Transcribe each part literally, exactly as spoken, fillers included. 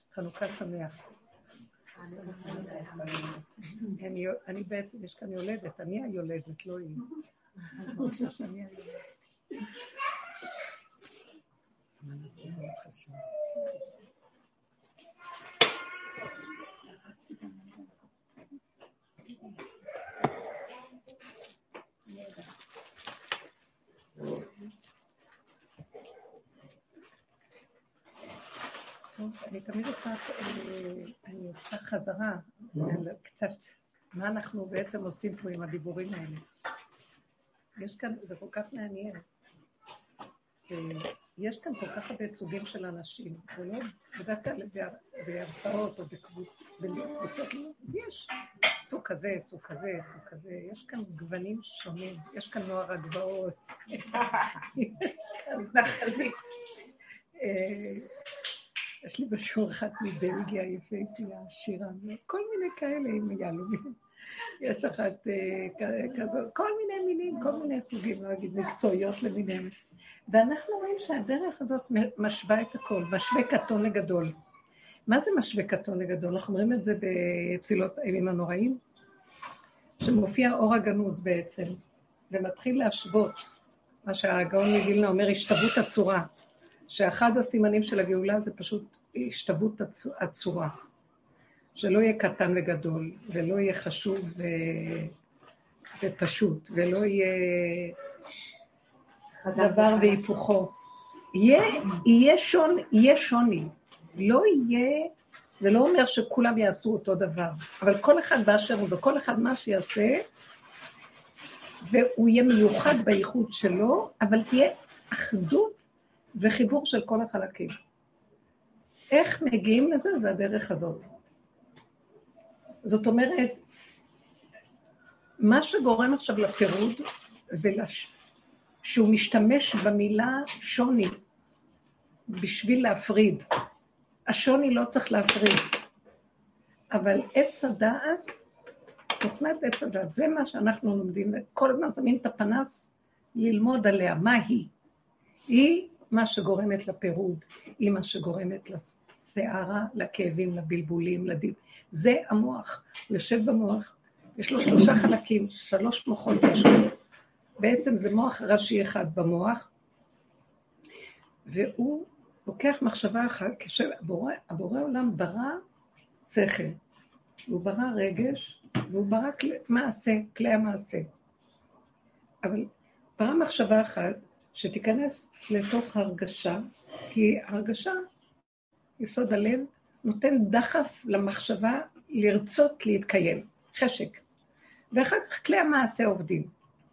חנוכה שמח. אני בעצם, יש כאן יולדת, אני היולדת, לא היא. אני חושב שאני היולדת. אני תמיד עושה, אני עושה חזרה, קצת, מה אנחנו בעצם עושים פה עם הדיבורים האלה. יש כאן, זה כל כך מעניין. יש כאן כל כך הרבה סוגים של אנשים, ולא בדווקא בהרצאות או בקבוצות, אז יש סוג כזה, סוג כזה, סוג כזה, יש כאן גוונים שונים, יש כאן נוער הגבעות. יש לי בשיעור אחת מבלגיה, יפהפייה, שירה, כל מיני כאלה עם יהלומים. יש אחת כזאת, כל מיני מינים, כל מיני סוגים, לא אגיד מקצועיות למיניהם. ואנחנו רואים שהדרך הזאת משווה את הכל, משווה קטון לגדול. מה זה משווה קטון לגדול? אנחנו אומרים את זה בתפילות הימים הנוראים, שמופיע אור הגנוז בעצם, ומתחיל להשוות, מה שהגאון מווילנה אומר, השתוות הצורה, שאחד הסימנים של הגאולה זה פשוט השתוות הצורה, שלא יהיה קטן וגדול, ולא יהיה חשוב ו... ופשוט, ולא יהיה דבר והיפוכו. יהיה, יהיה, שון, יהיה שוני, לא יהיה, זה לא אומר שכולם יעשו אותו דבר, אבל כל אחד באשר הוא, וכל אחד מה שיעשה, והוא יהיה מיוחד בייחוד שלו, אבל תהיה אחדות וחיבור של כל החלקים. איך מגיעים לזה? זה הדרך הזאת. זאת אומרת, מה שגורם עכשיו לפירוד, ולש... שהוא משתמש במילה שוני, בשביל להפריד. השוני לא צריך להפריד, אבל עץ הדעת, תוכנת עץ הדעת, זה מה שאנחנו לומדים, כל הזמן שמים את הפנס ללמוד עליה, מה היא? היא מה שגורמת לפירוד, היא מה שגורמת לסערה, לכאבים, לבלבולים, לדיב. זה המוח, הוא יושב במוח, יש לו שלושה חלקים, שלוש מוחות יש לו. בעצם זה מוח ראשי אחד במוח, והוא לוקח מחשבה אחת, כשהבורא הבורא עולם ברא שכל, והוא ברא רגש, והוא ברא כל, מעשה, כלי המעשה. אבל ברא מחשבה אחת, שתיכנס לתוך הרגשה, כי הרגשה, יסוד הלב, נותן דחף למחשבה לרצות להתקיים, חשק. ואחר כך כלי המעשה עובדים.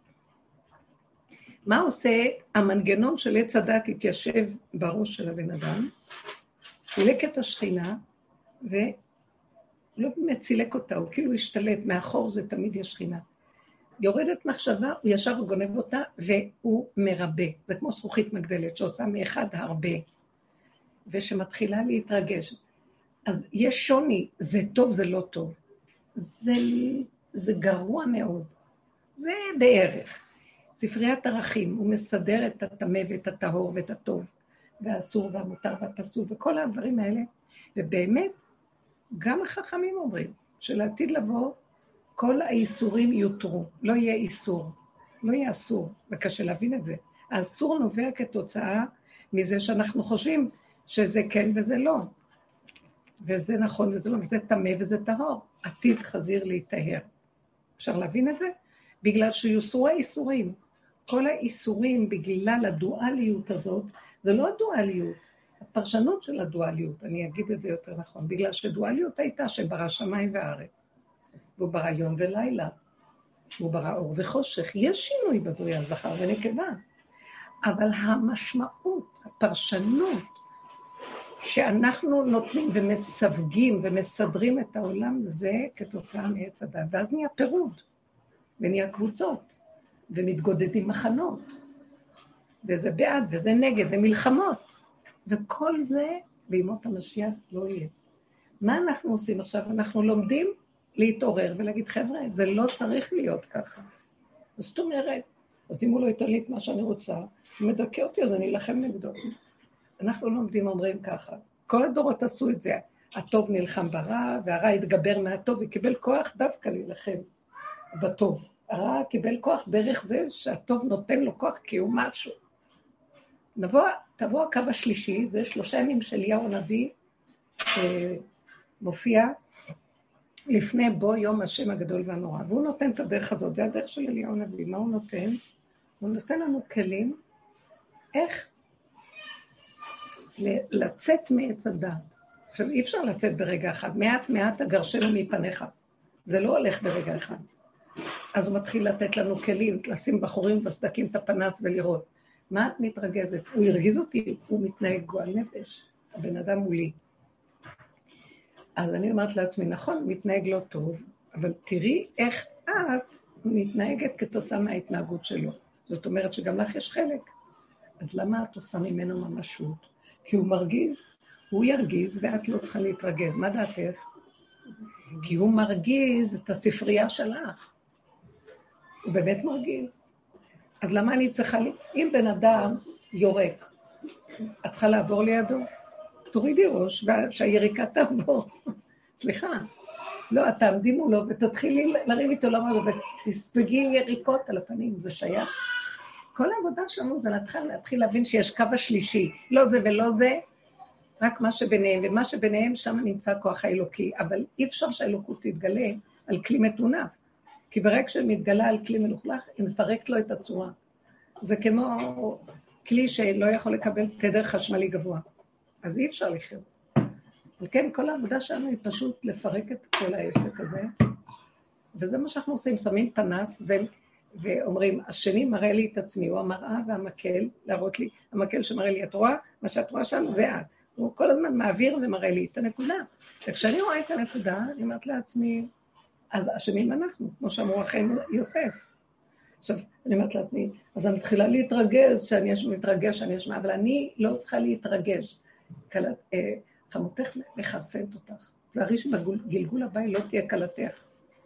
מה עושה המנגנון של עץ הדת התיישב בראש של הבן אדם, סילק את השכינה, ולא באמת סילק אותה, הוא כאילו השתלט, מאחור זה תמיד יש שכינה. יורדת מחשבה, הוא ישר גונב אותה, והוא מרבה. זה כמו זכוכית מגדלת, שעושה מאחד הרבה, ושמתחילה להתרגש. אז יש שוני, זה טוב, זה לא טוב. זה, זה גרוע מאוד. זה בערך. ספריית ערכים, הוא מסדר את הטמא ואת הטהור ואת הטוב, והאסור והמותר והפסול, וכל הדברים האלה. ובאמת, גם החכמים אומרים, שלעתיד לבוא, כל האיסורים יותרו, לא יהיה איסור, לא יהיה אסור, וקשה להבין את זה. האסור נובע כתוצאה מזה שאנחנו חושבים שזה כן וזה לא, וזה נכון וזה לא, וזה טמא וזה טהור, עתיד חזיר להיטהר. אפשר להבין את זה? בגלל שיוסרו האיסורים. כל האיסורים בגלל הדואליות הזאת, זה לא הדואליות, הפרשנות של הדואליות, אני אגיד את זה יותר נכון, בגלל שדואליות הייתה שברא שמיים וארץ, והוא ברא יום ולילה, והוא ברא אור וחושך, יש שינוי בבריאה זכר ונקבה, אבל המשמעות, הפרשנות, שאנחנו נותנים ומסווגים ומסדרים את העולם, זה כתוצאה מעץ הדת, ואז נהיה פירוד, ונהיה קבוצות, ומתגודדים מחנות, וזה בעד וזה נגד, ומלחמות, וכל זה בימות המשיח לא יהיה. מה אנחנו עושים עכשיו? אנחנו לומדים להתעורר ולהגיד, חבר'ה, זה לא צריך להיות ככה. זאת אומרת, אז אם הוא לא ייתן לי את מה שאני רוצה, הוא מדכא אותי, אז אני אלחם נגדו. אנחנו לומדים, אומרים ככה, כל הדורות עשו את זה, הטוב נלחם ברע, והרע התגבר מהטוב, וקיבל כוח דווקא להילחם בטוב. הרע קיבל כוח דרך זה שהטוב נותן לו כוח כי הוא משהו. נבוא, תבוא הקו השלישי, זה שלושה ימים של אליהו הנביא, מופיע לפני בו יום השם הגדול והנורא, והוא נותן את הדרך הזאת, זה הדרך של אליהו הנביא. מה הוא נותן? הוא נותן לנו כלים, איך לצאת מעץ הדעת. עכשיו, אי אפשר לצאת ברגע אחד, מעט מעט הגרשנו מפניך. זה לא הולך ברגע אחד. אז הוא מתחיל לתת לנו כלים, לשים בחורים בסדקים את הפנס ולראות. מה את מתרגזת? הוא הרגיז אותי, הוא מתנהג גועל נפש, הבן אדם מולי. אז אני אומרת לעצמי, נכון, מתנהג לא טוב, אבל תראי איך את מתנהגת כתוצאה מההתנהגות שלו. זאת אומרת שגם לך יש חלק. אז למה את עושה ממנו ממשות? כי הוא מרגיז, הוא ירגיז ואת לא צריכה להתרגז. מה דעתך? כי הוא מרגיז את הספרייה שלך. הוא באמת מרגיז. אז למה אני צריכה, אם בן אדם יורק, את צריכה לעבור לידו? תורידי ראש שהיריקה תעבור. סליחה. לא, את תעמדי מולו ותתחילי לריב איתו למעלה ותספגי יריקות על הפנים, זה שייך. כל העבודה שלנו זה להתחיל, להתחיל להבין שיש קו השלישי, לא זה ולא זה, רק מה שביניהם, ומה שביניהם שם נמצא כוח האלוקי, אבל אי אפשר שהאלוקות תתגלה על כלי מטונף, כי ברגע שמתגלה על כלי מלוכלך, היא מפרקת לו את הצורה. זה כמו כלי שלא יכול לקבל תדר חשמלי גבוה, אז אי אפשר לחיות. וכן, כל העבודה שלנו היא פשוט לפרק את כל העסק הזה, וזה מה שאנחנו עושים, שמים פנס ו... ואומרים, השני מראה לי את עצמי, הוא המראה והמקל, להראות לי, המקל שמראה לי, את רואה, מה שאת רואה שם זה את. הוא כל הזמן מעביר ומראה לי את הנקודה. וכשאני רואה את הנקודה, אני אומרת לעצמי, אז השנים אנחנו, כמו שאמרו אחים יוסף. עכשיו, אני אומרת לעצמי, אז אני מתחילה להתרגז, שאני יש מתרגש, שאני אשמע, אבל אני לא צריכה להתרגש. חמותך מחרפנת אותך. זה הרי שבגלגול הבא לא תהיה קלתך.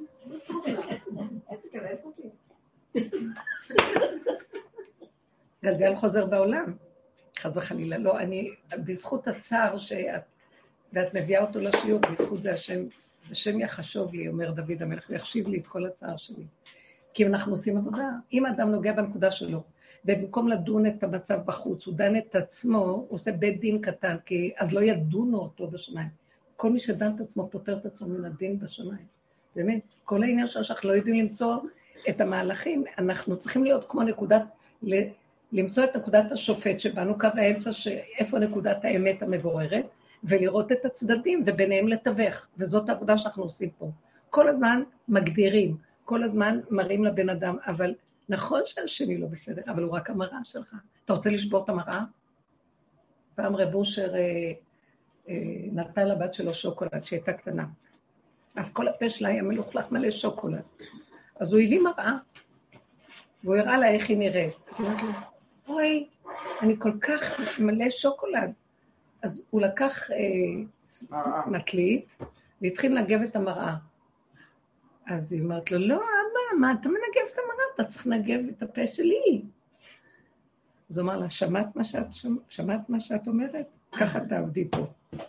גלגל חוזר בעולם, חס וחלילה, לא, אני, בזכות הצער שאת, ואת מביאה אותו לשיעור, בזכות זה השם, השם יחשוב לי, אומר דוד המלך, ויחשיב לי את כל הצער שלי. כי אם אנחנו עושים עבודה, אם האדם נוגע בנקודה שלו, ובמקום לדון את המצב בחוץ, הוא דן את עצמו, הוא עושה בית דין קטן, כי אז לא ידונו אותו בשמיים. כל מי שדן את עצמו פותר את עצמו מן הדין בשמיים. באמת, כל העניין שאנחנו לא יודעים למצוא את המהלכים, אנחנו צריכים להיות כמו נקודת, למצוא את נקודת השופט שבנו קו האמצע, שאיפה נקודת האמת המבוררת, ולראות את הצדדים וביניהם לתווך, וזאת העבודה שאנחנו עושים פה. כל הזמן מגדירים, כל הזמן מראים לבן אדם, אבל נכון שהשני לא בסדר, אבל הוא רק המראה שלך. אתה רוצה לשבור את המראה? פעם רב אושר אה, אה, נתן לבת שלו שוקולד, שהייתה קטנה. אז כל הפה שלה היה מלוכלך מלא שוקולד. אז הוא הביא מראה, והוא הראה לה איך היא נראית. אז היא אמרת לו, אוי, אני כל כך מלא שוקולד. אז הוא לקח אה, מטלית, והתחיל לנגב את המראה. אז היא אמרת לו, לא, אבא, מה אתה מנגב את המראה? אתה צריך לנגב את הפה שלי. אז הוא אמר לה, שמעת מה שאת, שמעת מה שאת אומרת? ככה תעבדי פה.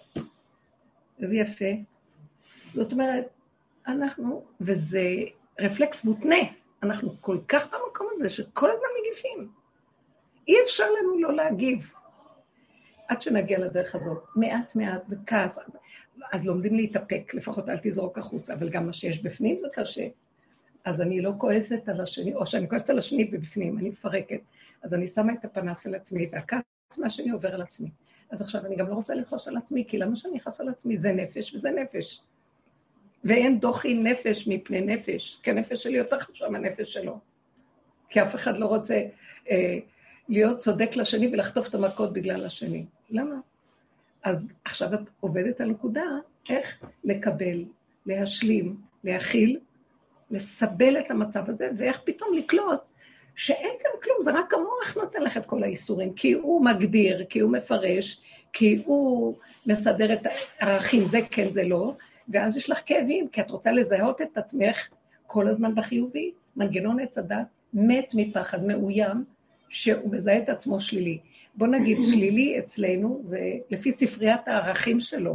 איזה יפה. זאת אומרת, אנחנו, וזה רפלקס מותנה, אנחנו כל כך במקום הזה שכל הזמן מגיבים. אי אפשר לנו לא להגיב. עד שנגיע לדרך הזאת, מעט מעט זה כעס, אז לומדים להתאפק, לפחות אל תזרוק החוץ, אבל גם מה שיש בפנים זה קשה. אז אני לא כועסת על השני, או שאני כועסת על השני ובפנים, אני מפרקת. אז אני שמה את הפנס על עצמי, והכעס מהשני עובר על עצמי. אז עכשיו אני גם לא רוצה לכעוס על עצמי, כי למה שאני אכעס על עצמי? זה נפש וזה נפש. ואין דוחי נפש מפני נפש, כי הנפש שלי יותר חשוב מהנפש שלו. כי אף אחד לא רוצה אה, להיות צודק לשני ולחטוף את המכות בגלל השני. למה? אז עכשיו את עובדת על נקודה, איך לקבל, להשלים, להכיל, לסבל את המצב הזה, ואיך פתאום לקלוט שאין כאן כלום, זה רק המוח נותן לך את כל האיסורים, כי הוא מגדיר, כי הוא מפרש, כי הוא מסדר את הערכים, זה כן, זה לא, ואז יש לך כאבים, כי את רוצה לזהות את עצמך כל הזמן בחיובי, מנגנון עץ הדת, מת מפחד, מאוים, שהוא מזהה את עצמו שלילי. בוא נגיד, שלילי אצלנו, זה לפי ספריית הערכים שלו,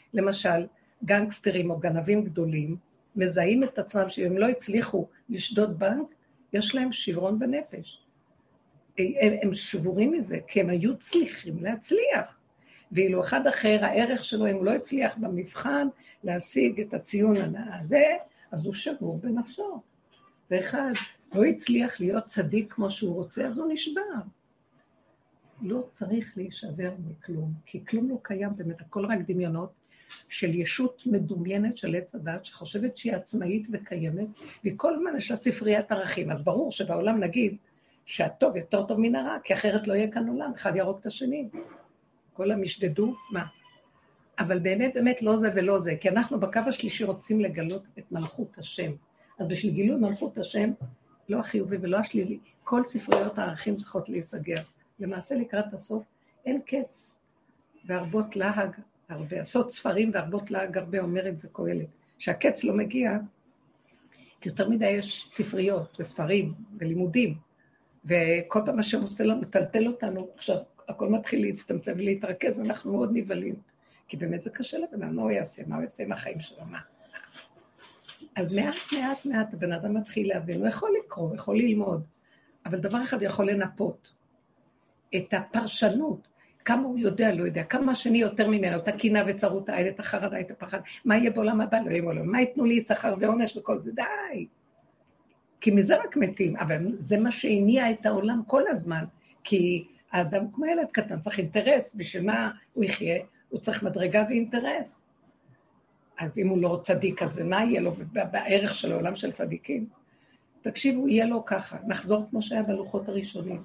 למשל, גנגסטרים או גנבים גדולים, מזהים את עצמם שאם לא הצליחו לשדוד בנק, יש להם שברון בנפש. הם, הם שבורים מזה, כי הם היו צריכים להצליח. ואילו אחד אחר, הערך שלו, אם הוא לא הצליח במבחן להשיג את הציון הזה, אז הוא שבור בנפשו. ואחד לא הצליח להיות צדיק כמו שהוא רוצה, אז הוא נשבר. לא צריך להישבר מכלום, כי כלום לא קיים באמת, הכל רק דמיונות של ישות מדומיינת של עץ הדת, שחושבת שהיא עצמאית וקיימת, וכל הזמן יש לה ספריית ערכים. אז ברור שבעולם נגיד שהטוב יותר טוב מן הרע, כי אחרת לא יהיה כאן עולם, אחד ירוג את השני. כל המשדדו, מה? אבל באמת, באמת לא זה ולא זה, כי אנחנו בקו השלישי רוצים לגלות את מלכות השם. אז בשביל גילוי מלכות השם, לא החיובי ולא השלילי, כל ספריות הערכים צריכות להיסגר. למעשה לקראת הסוף אין קץ, והרבות להג הרבה, עשות ספרים והרבות להג הרבה, אומר את זה קהלת, שהקץ לא מגיע, כי יותר מדי יש ספריות וספרים ולימודים, וכל פעם מה שעושה לו, מטלטל אותנו, עכשיו הכל מתחיל להצטמצם ולהתרכז, ואנחנו מאוד נבלים, כי באמת זה קשה לבן, מה הוא יעשה, מה הוא יעשה עם החיים שלו, מה? אז מעט מעט מעט הבן אדם מתחיל להבין, הוא יכול לקרוא, יכול ללמוד, אבל דבר אחד יכול לנפות, את הפרשנות, כמה הוא יודע, לא יודע, כמה השני יותר ממנו, את הקינה וצרות העין, את החרדה, את הפחד, מה יהיה בעולם הבא, לא יהיה בעולם, מה יתנו לי שכר ועונש וכל זה, די. כי מזה רק מתים, אבל זה מה שהניע את העולם כל הזמן, כי האדם כמו ילד קטן צריך אינטרס, בשביל מה הוא יחיה, הוא צריך מדרגה ואינטרס. אז אם הוא לא צדיק, אז מה יהיה לו בערך של העולם של צדיקים? תקשיבו, יהיה לו ככה, נחזור כמו שהיה בלוחות הראשונים.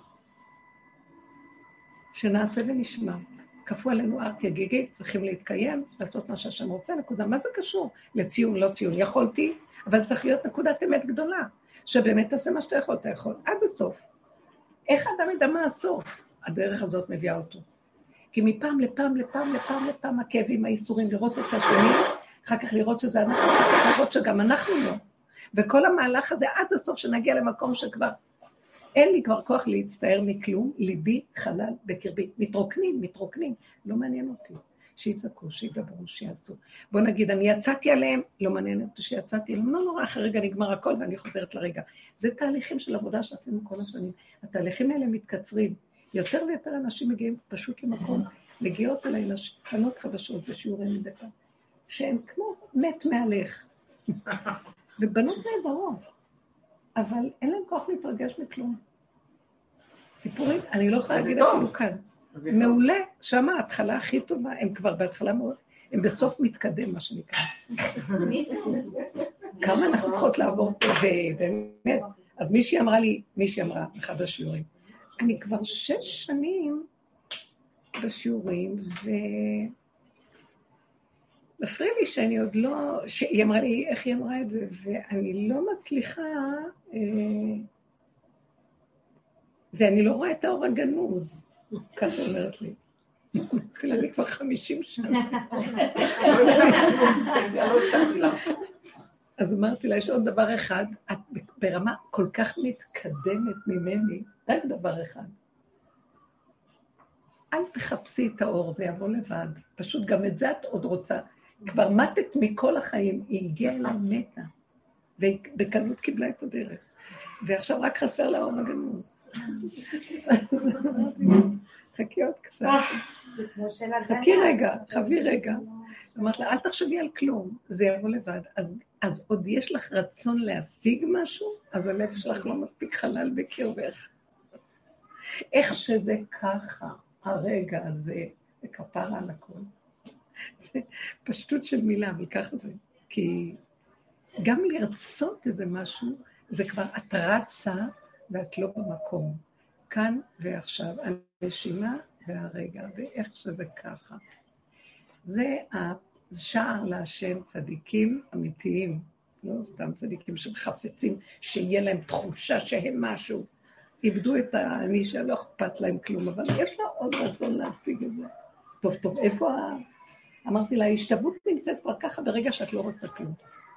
שנעשה ונשמע. כפו עלינו הר כגיגי, צריכים להתקיים, לעשות מה שהשם רוצה, נקודה. מה זה קשור? לציון, לא ציון. יכולתי, אבל צריך להיות נקודת אמת גדולה, שבאמת תעשה מה שאתה יכול, אתה יכול. עד הסוף. איך האדם ידע מה הסוף? הדרך הזאת מביאה אותו. כי מפעם לפעם, לפעם, לפעם, לפעם, הכאבים, האיסורים, לראות את השני, אחר כך לראות שזה אנחנו, אחר כך לראות שגם אנחנו לא. וכל המהלך הזה עד הסוף שנגיע למקום שכבר אין לי כבר כוח להצטער מכלום, ליבי חלל בקרבי. מתרוקנים, מתרוקנים, לא מעניין אותי. שיצעקו, שידברו, שיעשו. בוא נגיד, אני יצאתי עליהם, לא מעניין אותי שיצאתי עליהם, לא נורא, אחרי רגע נגמר הכל ואני חוזרת לרגע. זה תהליכים של עבודה שעשינו כל השנים. התהליכים האלה מתקצרים. יותר ויותר אנשים מגיעים פשוט למקום, מגיעות אליי לשכנות חדשות ושיעורים מדי פעם, שהם כמו מת מהלך. ובנות נהדרות. אבל אין להם כוח להתרגש מכלום. סיפורים, אני לא יכולה להגיד אפילו כאן. מעולה, שמה ההתחלה הכי טובה, הם כבר בהתחלה מאוד, הם בסוף מתקדם, מה שנקרא. כמה אנחנו צריכות לעבור פה, ובאמת, אז מישהי אמרה לי, מישהי אמרה, אחד השיעורים, אני כבר שש שנים בשיעורים, ו... מפריע לי שאני עוד לא, שהיא אמרה לי, איך היא אמרה את זה, ואני לא מצליחה, ואני לא רואה את האור הגנוז, ככה אומרת לי. אני כבר חמישים שנה. אז אמרתי לה, יש עוד דבר אחד, את ברמה כל כך מתקדמת ממני, רק דבר אחד. אל תחפשי את האור, זה יבוא לבד. פשוט גם את זה את עוד רוצה. כבר מתת מכל החיים, היא הגיעה אליי מתה, ובקלות קיבלה את הדרך. ועכשיו רק חסר לה אור הגנוז. חכי עוד קצת. חכי רגע, חבי רגע. אמרת לה, אל תחשבי על כלום, זה יבוא לבד. אז, אז עוד יש לך רצון להשיג משהו, אז הלב שלך לא מספיק חלל בקרבך. איך שזה ככה, הרגע הזה, וכפרה על הכל. זה פשטות של מילה, אבל ככה זה. כי גם לרצות איזה משהו, זה כבר את רצה ואת לא במקום. כאן ועכשיו, הנשימה והרגע, ואיך שזה ככה. זה השער להשם צדיקים אמיתיים, לא סתם צדיקים שחפצים, שיהיה להם תחושה שהם משהו. איבדו את האני שלא אכפת להם כלום, אבל יש לה עוד רצון להשיג את זה. טוב, טוב, איפה ה... אמרתי לה, ההשתוות נמצאת כבר ככה ברגע שאת לא רוצה כלום.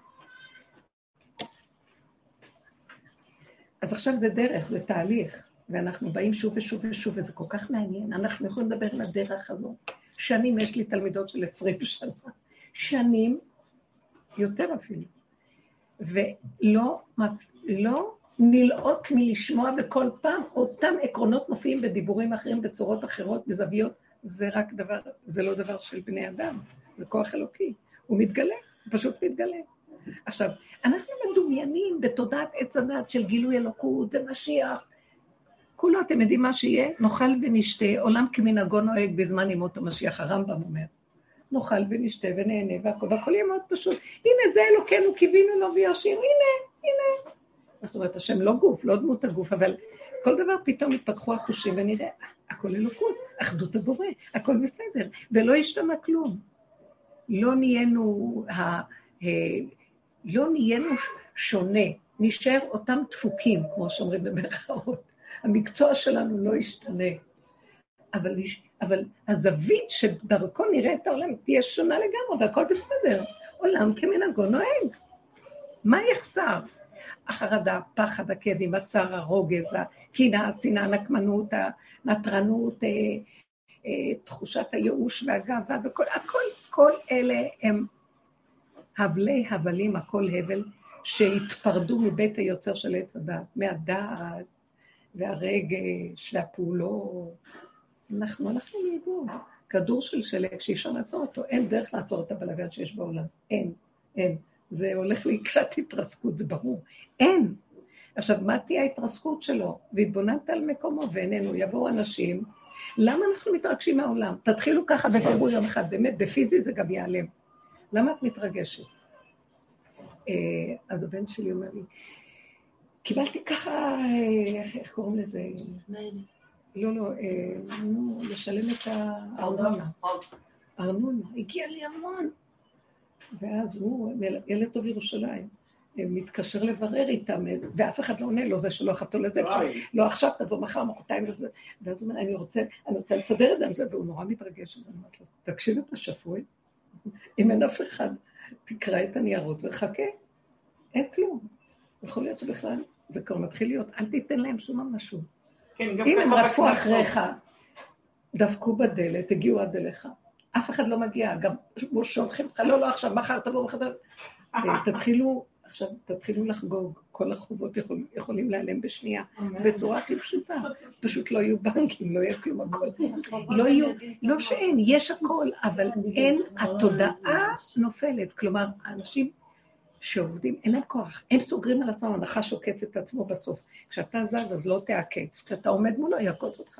אז עכשיו זה דרך, זה תהליך, ואנחנו באים שוב ושוב ושוב, וזה כל כך מעניין. אנחנו יכולים לדבר על הדרך הזו. שנים יש לי תלמידות של עשרים שנה, שנים, יותר אפילו, ולא לא נלאות מלשמוע בכל פעם, אותם עקרונות מופיעים בדיבורים אחרים, בצורות אחרות, בזוויות, זה רק דבר, זה לא דבר של בני אדם, זה כוח אלוקי, הוא מתגלה, הוא פשוט מתגלה. עכשיו, אנחנו מדומיינים בתודעת עץ הדת של גילוי אלוקות ומשיח, כולו, אתם יודעים מה שיהיה? נאכל ונשתה, עולם כמנהגו נוהג בזמן ימות המשיח, הרמב"ם אומר. נאכל ונשתה ונהנה והכל, והכל יהיה מאוד פשוט. הנה, זה אלוקנו, קיווינו לו וישיר, הנה, הנה. זאת אומרת, השם לא גוף, לא דמות הגוף, אבל כל דבר פתאום יתפתחו החושים ונראה, הכל אלוקות, אחדות הבורא, הכל בסדר, ולא השתנה כלום. לא נהיינו, ה, לא נהיינו שונה, נשאר אותם דפוקים, כמו שאומרים במרכאות. המקצוע שלנו לא ישתנה, אבל, אבל הזווית שדרכו נראה את העולם תהיה שונה לגמרי, והכל בסדר. עולם כמנהגו נוהג. מה יחסר? החרדה, פחד, הכאבים, הצער, הרוגז, הקנאה, השנאה, הנקמנות, הנטרנות, תחושת הייאוש והגאווה, וכל, הכל, כל אלה הם הבלי הבלים, הכל הבל, שהתפרדו מבית היוצר של עץ הדת, מהדעת, והרגש, והפעולות. אנחנו, אנחנו לאיבוד. כדור של שלג שאי אפשר לעצור אותו, אין דרך לעצור את הבלגן שיש בעולם. אין, אין. זה הולך לקראת התרסקות, זה ברור. אין. עכשיו, מה תהיה ההתרסקות שלו? והתבוננת על מקומו ואיננו, יבואו אנשים. למה אנחנו מתרגשים מהעולם? תתחילו ככה ותראו יום אחד, באמת, בפיזי זה גם ייעלם. למה את מתרגשת? אז הבן שלי אומר לי, קיבלתי ככה, איך קוראים לזה? לא, לא, נו, לשלם את הארנונה. ארנונה, הגיע לי המון. ואז הוא, ילד טוב ירושלים, מתקשר לברר איתם, ואף אחד לא עונה לו, זה שלא אחתו לזה, לא עכשיו תבוא מחר, מחרתיים, ואז הוא אומר, אני רוצה, אני רוצה לסדר את זה עם זה, והוא נורא מתרגש, ואני אומרת לו, תקשיב את השפוי, אם אין אף אחד, תקרא את הניירות וחכה, אין כלום. יכול להיות שבכלל זה כבר מתחיל להיות, אל תיתן להם שום משהו. אם הם רדפו אחריך, דפקו בדלת, הגיעו עד אליך, אף אחד לא מגיע, גם שולחים אותך, לא, לא, עכשיו, מחר תבוא, מחר תבוא, תתחילו, עכשיו, תתחילו לחגוג, כל החובות יכול, יכולים להיעלם בשנייה, בצורה הכי פשוטה, פשוט לא יהיו בנקים, לא יהיה כלום הכל, לא יהיו, לא שאין, יש הכל, אבל אין, התודעה נופלת, כלומר, האנשים שעובדים, אין להם כוח, הם סוגרים על עצמם, הנחש עוקץ את עצמו בסוף, כשאתה זז, אז לא תעקץ, כשאתה עומד מולו, יעקוץ אותך,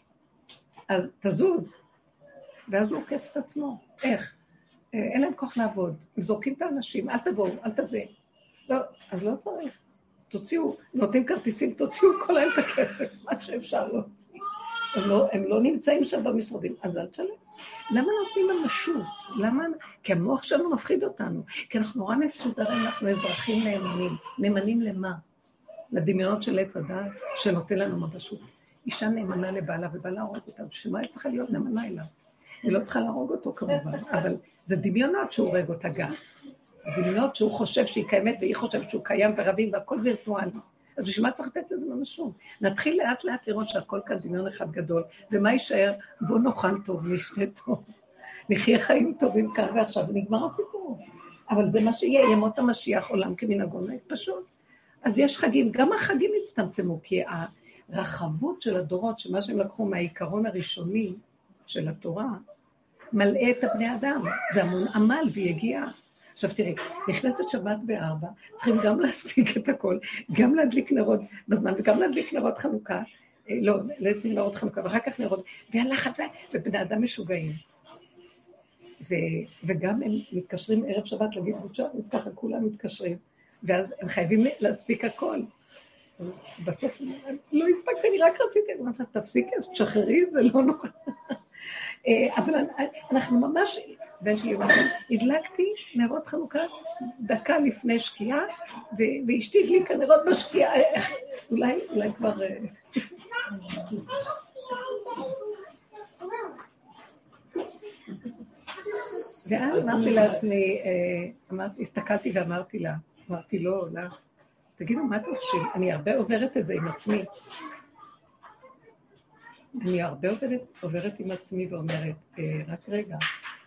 אז תזוז, ואז הוא עוקץ את עצמו. איך? אין להם כוח לעבוד. הם זורקים את האנשים, אל תבואו, אל תזה. לא, אז לא צריך. תוציאו, נותנים כרטיסים, תוציאו כל היום את הכסף, מה שאפשר להוציא. הם לא, הם לא נמצאים שם במשרדים, אז אל תשלם. למה נותנים ממשות? למה? כי המוח שלנו מפחיד אותנו. כי אנחנו נורא מסודרים, אנחנו אזרחים נאמנים. נאמנים למה? לדמיונות של עץ הדת, שנותן לנו ממשות. אישה נאמנה לבעלה, ובעלה הורג אותה. שמה היא צריכה להיות נאמנה אליו? היא לא צריכה להרוג אותו כמובן, אבל זה דמיונות שהוא הורג אותה גם. דמיונות שהוא חושב שהיא קיימת, והיא חושבת שהוא קיים ורבים, והכל וירטואלי. אז בשביל מה צריך לתת לזה ממשות? נתחיל לאט לאט לראות שהכל כאן דמיון אחד גדול, ומה יישאר? בוא נאכל טוב, נשתה טוב, נחיה חיים טובים כאן ועכשיו, ונגמר הסיפור. אבל זה מה שיהיה, ימות המשיח, עולם כמנהגו נוהג פשוט. אז יש חגים, גם החגים הצטמצמו, כי הרחבות של הדורות, שמה שהם לקחו מהעיקרון הראשוני של התורה, מלאה את הבני אדם, זה המון עמל ויגיע. עכשיו תראי, נכנסת שבת בארבע, צריכים גם להספיק את הכל, גם להדליק נרות בזמן, וגם להדליק נרות חנוכה, לא, להדליק נרות חנוכה, ואחר כך נרות, והלחץ, ובני אדם משוגעים. ו, וגם הם מתקשרים ערב שבת להגיד בוצ'ות, אז ככה כולם מתקשרים, ואז הם חייבים להספיק הכל. בסוף, לא הספקתי, אני רק רציתי, אני אומרת, תפסיקי, אז תשחררי את זה, לא נורא. אבל אנחנו ממש, בן שלי אומר, הדלקתי נרות חנוכה דקה לפני שקיעה, ואשתי הדליקה נרות בשקיעה, אולי, אולי כבר... ואז אמרתי לעצמי, אמרתי, הסתכלתי ואמרתי לה, אמרתי לא, לא, תגידו, מה אתם חושבים? אני הרבה עוברת את זה עם עצמי. אני הרבה עוברת, עוברת עם עצמי ואומרת, רק רגע,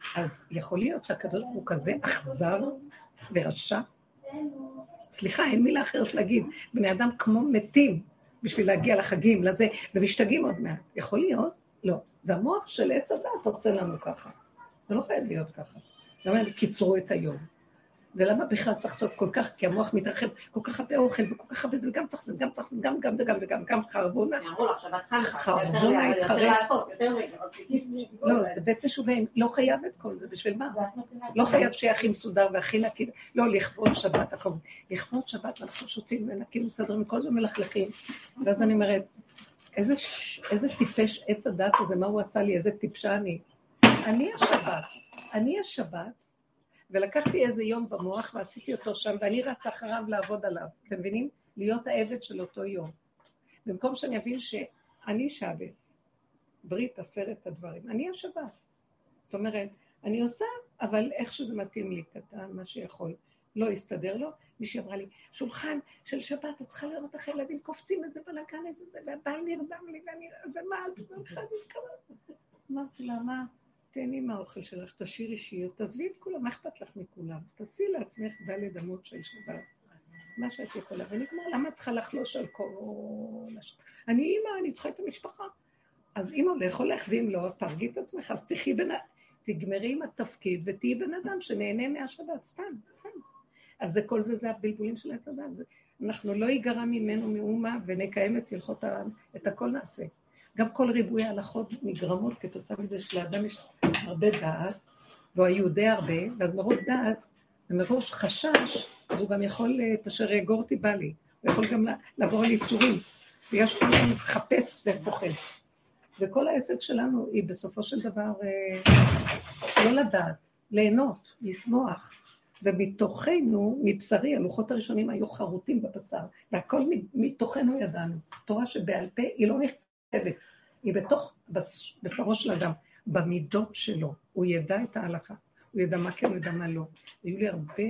אז יכול להיות שהקדוש הוא כזה אכזר ורשע. סליחה, אין מילה אחרת להגיד. בני אדם כמו מתים בשביל להגיע לחגים, לזה, ומשתגעים עוד מעט. יכול להיות? לא. זה המוח של עץ הדת עושה לנו ככה. זה לא חייב להיות ככה. למה הם קיצרו את היום? ולמה בכלל צריך לעשות כל כך, כי המוח מתרחב, כל כך הרבה אוכל, וכל כך הרבה זה, וגם צריך זה, גם צריך זה, גם, גם, וגם, וגם, גם חרבונה. יאמרו לך, שבת חנוכה, חרבונה יותר לעשות, יותר זה. לא, זה בית משוגעים, לא חייב את כל זה, בשביל מה? לא חייב שיהיה הכי מסודר והכי נקי, לא, לכבוד שבת, לכבוד שבת, אנחנו שותים ונקים מסדרים, כל זה מלכלכים. ואז אני אומרת, איזה טיפש עץ הדת הזה, מה הוא עשה לי, איזה טיפשה אני. אני השבת, אני השבת, ולקחתי איזה יום במוח ועשיתי אותו שם, ואני רצה אחריו לעבוד עליו. אתם מבינים? להיות העבד של אותו יום. במקום שאני אבין שאני שבת, ברית עשרת הדברים, אני השבת. זאת אומרת, אני עושה, אבל איך שזה מתאים לי, קטן, מה שיכול, לא יסתדר לו. מישהי אמרה לי, שולחן של שבת, את צריכה לראות איך הילדים קופצים איזה בלגן, איזה זה, והבעל נרדם לי, ואני, ומה, את צריכה להתקרב. אמרתי לה, מה? תהני מהאוכל שלך, תשאירי שיר, תעזבי את כולם, מה אכפת לך מכולם? תעשי לעצמך דלת אמות של שבת, מה שאת יכולה. ונגמר, למה את צריכה לחלוש על כל השבת? אני אימא, אני צריכה את המשפחה. אז אימא לאכול לך, ואם לא, אז תרגי את עצמך, אז תחי בן... תגמרי עם התפקיד ותהי בן אדם שנהנה מהשבת, סתם, סתם. אז זה כל זה, זה הבלבולים של עץ הדת. אנחנו לא ייגרע ממנו מאומה ונקיים את הלכות העם, את הכל נעשה. גם כל ריבוי ההלכות נגרמות כתוצאה מזה שלאדם יש הרבה דעת, והוא היהודי הרבה, ואז מרוב דעת, ומראש חשש, אז הוא גם יכול, את אשר יגורתי בא לי, הוא יכול גם לעבור על איסורים, ויש כל הזמן לחפש ופוחד. וכל העסק שלנו היא בסופו של דבר לא לדעת, ליהנות, לשמוח, ומתוכנו, מבשרי, הלוחות הראשונים היו חרוטים בבשר, והכל מתוכנו ידענו. תורה שבעל פה היא לא נכתבת, היא בתוך בשרו של אדם, במידות שלו, הוא ידע את ההלכה, הוא ידע מה כן, הוא ידע מה לא. היו לי הרבה,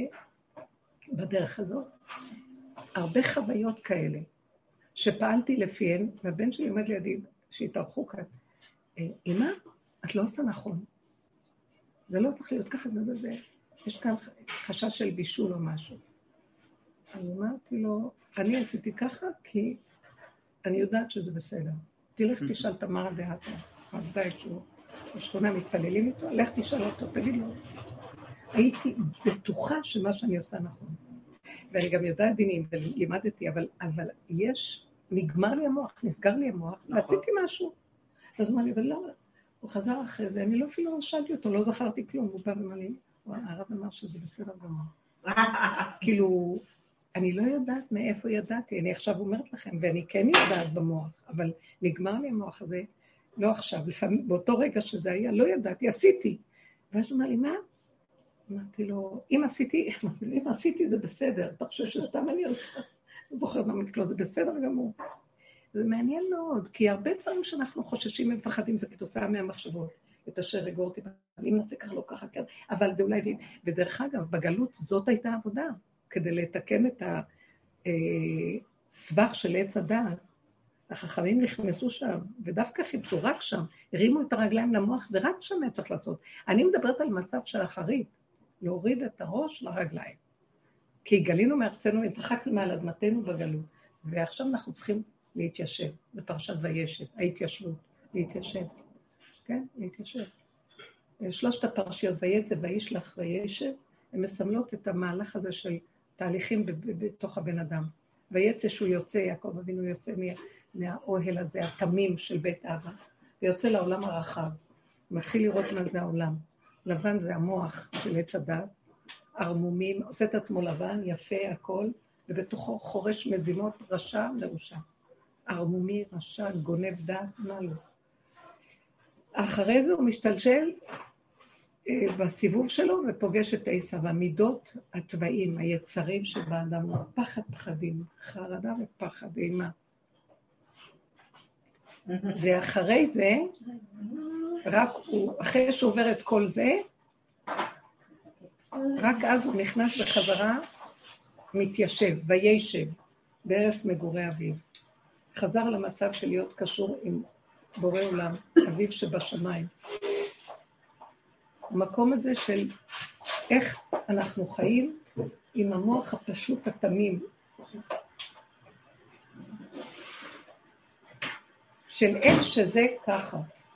בדרך הזאת, הרבה חוויות כאלה, שפעלתי לפיהן, והבן שלי עומד לידי, שהתארחו כאן, אמא, את לא עושה נכון. זה לא צריך להיות ככה, זה זה זה. יש כאן חשש של בישול או משהו. אני אמרתי לו, אני עשיתי ככה כי אני יודעת שזה בסדר. תלך תשאל תמר הדעתה, עבדה שהוא בשכונה מתפללים איתו, לך תשאל אותו, תגיד לו. הייתי בטוחה שמה שאני עושה נכון. ואני גם יודעת דינים ולימדתי, אבל, אבל יש, נגמר לי המוח, נסגר לי המוח, ועשיתי משהו. אז הוא אמר לי, אבל לא, הוא חזר אחרי זה, אני לא אפילו לא שאלתי אותו, לא זכרתי כלום, הוא בא ואמר לי, הרב אמר שזה בסדר גמור. כאילו, אני לא יודעת מאיפה ידעתי, אני עכשיו אומרת לכם, ואני כן יודעת במוח, אבל נגמר לי המוח הזה, לא עכשיו, לפעמים, באותו רגע שזה היה, לא ידעתי, עשיתי. ואז הוא אמר לי, מה? אמרתי לו, אם עשיתי, אם עשיתי זה בסדר, אתה חושב שסתם אני עושה, לא זוכרת מה מתקלו, זה בסדר גמור. זה מעניין מאוד, כי הרבה דברים שאנחנו חוששים ומפחדים זה כתוצאה מהמחשבות, את אשר הגורתי, אם נעשה ככה לא ככה כאן, אבל ואולי, ודרך אגב, בגלות זאת הייתה עבודה, כדי לתקן את הסבך של עץ הדעת, החכמים נכנסו שם, ודווקא חיפשו רק שם, הרימו את הרגליים למוח, ורק שם היה צריך לעשות. אני מדברת על מצב של אחרית, להוריד את הראש לרגליים. כי גלינו מארצנו, התרחקנו מעל אדמתנו בגלות, ועכשיו אנחנו צריכים להתיישב, בפרשת וישב, ההתיישבות, להתיישב, כן? להתיישב. שלושת הפרשיות, ויצב, וישלח, וישב, הן מסמלות את המהלך הזה של תהליכים בתוך הבן אדם. ויצא שהוא יוצא, יעקב אבינו יוצא מהאוהל הזה, התמים של בית אבא, ויוצא לעולם הרחב, מתחיל לראות מה זה העולם. לבן זה המוח של עץ הדת, ערמומים, עושה את עצמו לבן, יפה, הכל, ובתוכו חורש מזימות רשע מרושע. ערמומי, רשע, גונב דעת, מה לא. אחרי זה הוא משתלשל בסיבוב שלו ופוגש את עשיו, המידות, הטבעים, היצרים שבאדם, פחד פחדים, חרדה ופחד, אימה. ואחרי זה, רק הוא, אחרי שעובר את כל זה, רק אז הוא נכנס בחזרה, מתיישב, וישב, בארץ מגורי אביו. חזר למצב של להיות קשור עם בורא עולם, אביו שבשמיים. המקום הזה של איך אנחנו חיים עם המוח הפשוט התמים, של איך שזה ככה.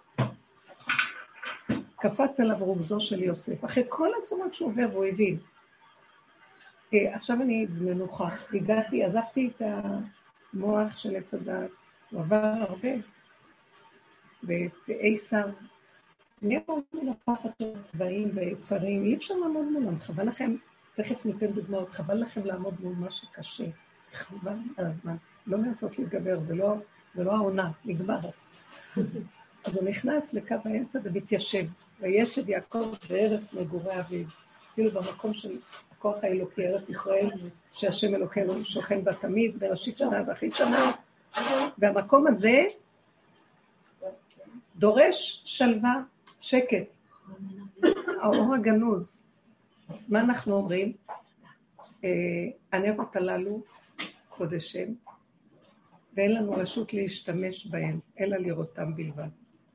קפץ עליו רוגזו של יוסף, אחרי כל הצומות שהוא עובר והוא הבין. עכשיו אני במנוחה, הגעתי, עזבתי את המוח של עץ הדת, הוא עבר הרבה, ואת עשיו, נהיה מן הפחד של צבעים ויצרים, אי אפשר לעמוד מולם, חבל לכם, תכף ניתן דוגמאות, חבל לכם לעמוד מול מה שקשה, חבל על הזמן, לא לעשות להתגבר, זה לא, זה לא העונה, נגמר. אז הוא נכנס לקו האמצע ומתיישב, וישב יעקב בערף מגורי אביו, כאילו במקום של הכוח האלוקי, ארץ ישראל, שהשם אלוקינו שוכן בה תמיד, בראשית שנה ואחרית שנה, והמקום הזה דורש שלווה, שקט, האור הגנוז. מה אנחנו אומרים? הנרות הללו קודשם, ואין לנו רשות להשתמש בהם, אלא לראותם בלבד.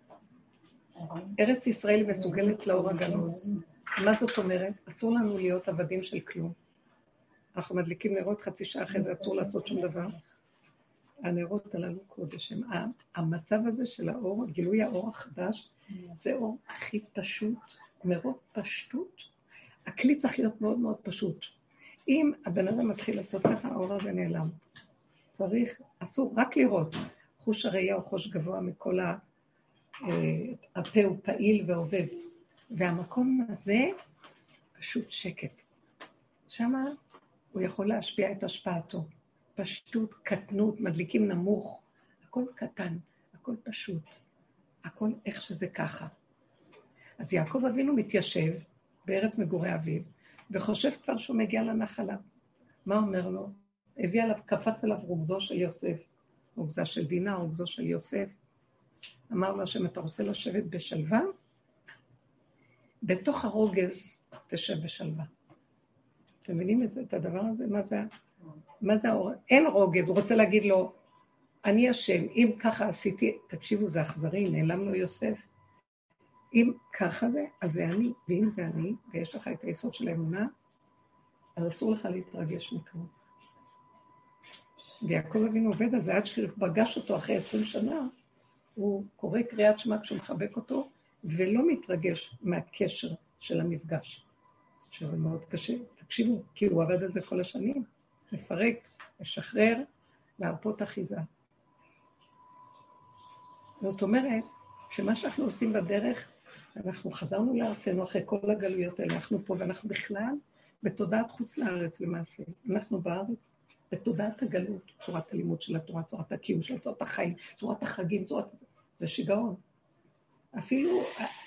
ארץ ישראל מסוגלת לאור הגנוז. מה זאת אומרת? אסור לנו להיות עבדים של כלום. אנחנו מדליקים נרות חצי שעה אחרי זה, אסור לעשות שום דבר. הנרות הללו קודשם. המצב הזה של האור, גילוי האור החדש, זה אור הכי פשוט, מרוב פשטות. הכלי צריך להיות מאוד מאוד פשוט. אם הבן אדם מתחיל לעשות ככה, האור הזה נעלם. צריך, אסור רק לראות. חוש הראייה הוא חוש גבוה מכל ה... הפה הוא פעיל ועובד. והמקום הזה פשוט שקט. שמה הוא יכול להשפיע את השפעתו. פשטות, קטנות, מדליקים נמוך. הכל קטן, הכל פשוט. הכל איך שזה ככה. אז יעקב אבינו מתיישב בארץ מגורי אביו, וחושב כבר שהוא מגיע לנחלה. מה אומר לו? הביא עליו, קפץ עליו רוגזו של יוסף, רוגזה של דינה, רוגזו של יוסף. אמר לו השם, אתה רוצה לשבת בשלווה? בתוך הרוגז תשב בשלווה. אתם מבינים את זה, את הדבר הזה? מה זה, מה זה האור? אין רוגז, הוא רוצה להגיד לו, אני השם, אם ככה עשיתי, תקשיבו, זה אכזרי, נעלם לו יוסף. אם ככה זה, אז זה אני, ואם זה אני, ויש לך את היסוד של האמונה, אז אסור לך להתרגש מכלום. ויעקב אבינו עובד על זה, עד שפגש אותו אחרי עשרים שנה, הוא קורא קריאת שמע כשהוא מחבק אותו, ולא מתרגש מהקשר של המפגש, שזה מאוד קשה. תקשיבו, כי הוא עבד על זה כל השנים, לפרק, לשחרר, להרפות אחיזה. זאת אומרת, שמה שאנחנו עושים בדרך, אנחנו חזרנו לארצנו אחרי כל הגלויות האלה, אנחנו פה ואנחנו בכלל בתודעת חוץ לארץ למעשה. אנחנו בארץ בתודעת הגלות, צורת הלימוד של התורה, צורת הקיום של צורת החיים, צורת החגים, צורת... זה שיגעון. אפילו,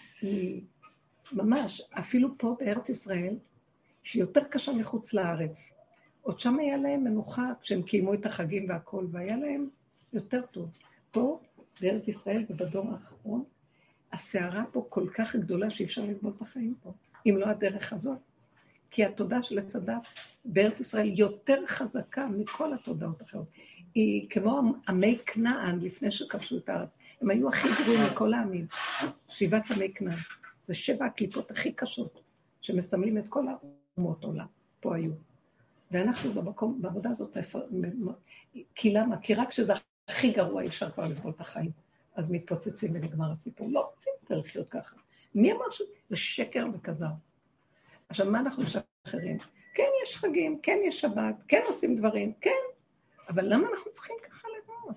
ממש, אפילו פה בארץ ישראל, שהיא יותר קשה מחוץ לארץ. עוד שם היה להם מנוחה כשהם קיימו את החגים והכל, והיה להם יותר טוב. פה, בארץ ישראל ובדור האחרון, השערה פה כל כך גדולה שאי אפשר לסבול את החיים פה, אם לא הדרך הזאת. כי התודעה של הצדת בארץ ישראל יותר חזקה מכל התודעות האחרות. היא כמו עמי כנען לפני שכבשו את הארץ. הם היו הכי גרועים מכל העמים. שבעת עמי כנען. זה שבע הקליפות הכי קשות שמסמלים את כל האומות עולם. פה היו. ואנחנו במקום, בעבודה הזאת, כי למה? כי רק שזה הכי גרוע, אי אפשר כבר לסבול את החיים. אז מתפוצצים ונגמר הסיפור. לא רוצים יותר לחיות ככה. מי אמר שזה שקר וכזר? עכשיו, מה אנחנו משחררים? כן, יש חגים, כן, יש שבת, כן עושים דברים, כן. אבל למה אנחנו צריכים ככה לראות?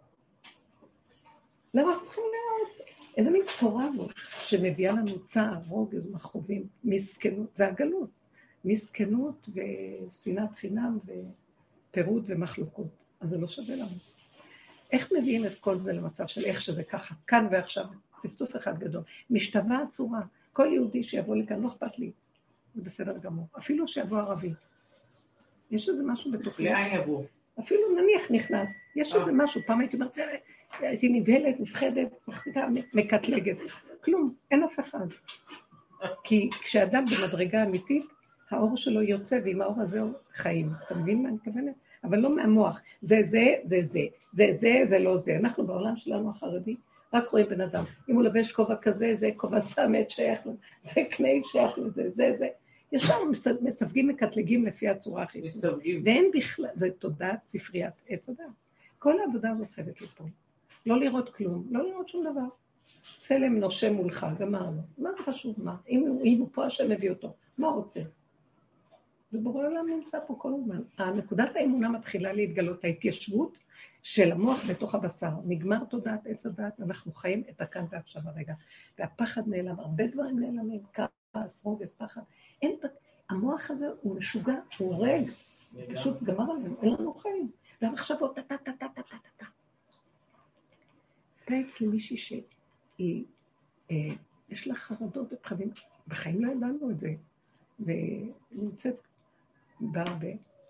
למה אנחנו צריכים לראות? איזה מין תורה זאת שמביאה לנו צער, רוגז, מחובים, מסכנות, זה הגלות. מסכנות ושנאת חינם ופירוד ומחלוקות. אז זה לא שווה לנו. איך מביאים את כל זה למצב של איך שזה ככה, כאן ועכשיו, צפצוף אחד גדול. משתווה הצורה, כל יהודי שיבוא לכאן, לא אכפת לי, זה בסדר גמור. אפילו שיבוא ערבי. יש איזה משהו בתוכלי. לאן יבוא? אפילו נניח נכנס, יש איזה משהו, פעם הייתי אומרת, הייתי נבהלת, נפחדת, מחזיקה, מקטלגת. כלום, אין אף אחד. כי כשאדם במדרגה אמיתית, האור שלו יוצא, ועם האור הזה הוא חיים. אתה מבין מה אני מתכוונת? אבל לא מהמוח. זה זה, זה זה. זה זה, זה לא זה. אנחנו בעולם שלנו החרדי, רק רואים בן אדם. אם הוא לבש כובע כזה, זה כובע סמט שייך לזה, זה קני שייך לזה, זה זה. ישר מסווגים, מקטלגים לפי הצורה הכי צורה. ואין בכלל, זה תודעת ספריית עץ אדם. כל העבודה הזאת חייבת ליפול. לא לראות כלום, לא לראות שום דבר. צלם נושם מולך, גמרנו. מה זה חשוב? מה? אם הוא, אם הוא פה, השם מביא אותו. מה הוא רוצה? ובורא עולם נמצא פה כל הזמן. הנקודת האמונה מתחילה להתגלות, ההתיישבות של המוח בתוך הבשר. נגמר תודעת עץ הדת, אנחנו חיים את הכאן ועכשיו הרגע. והפחד נעלם, הרבה דברים נעלמים, כעס, רוגז, פחד. אין, המוח הזה הוא משוגע, הוא הורג. פשוט גמר עלינו, אין לנו חיים. והמחשבות, טה טה טה טה טה טה טה. הייתה אצלי מישהי שהיא, אה, יש לה חרדות ופחדים, בחיים לא ידענו את זה. ונמצאת בהרבה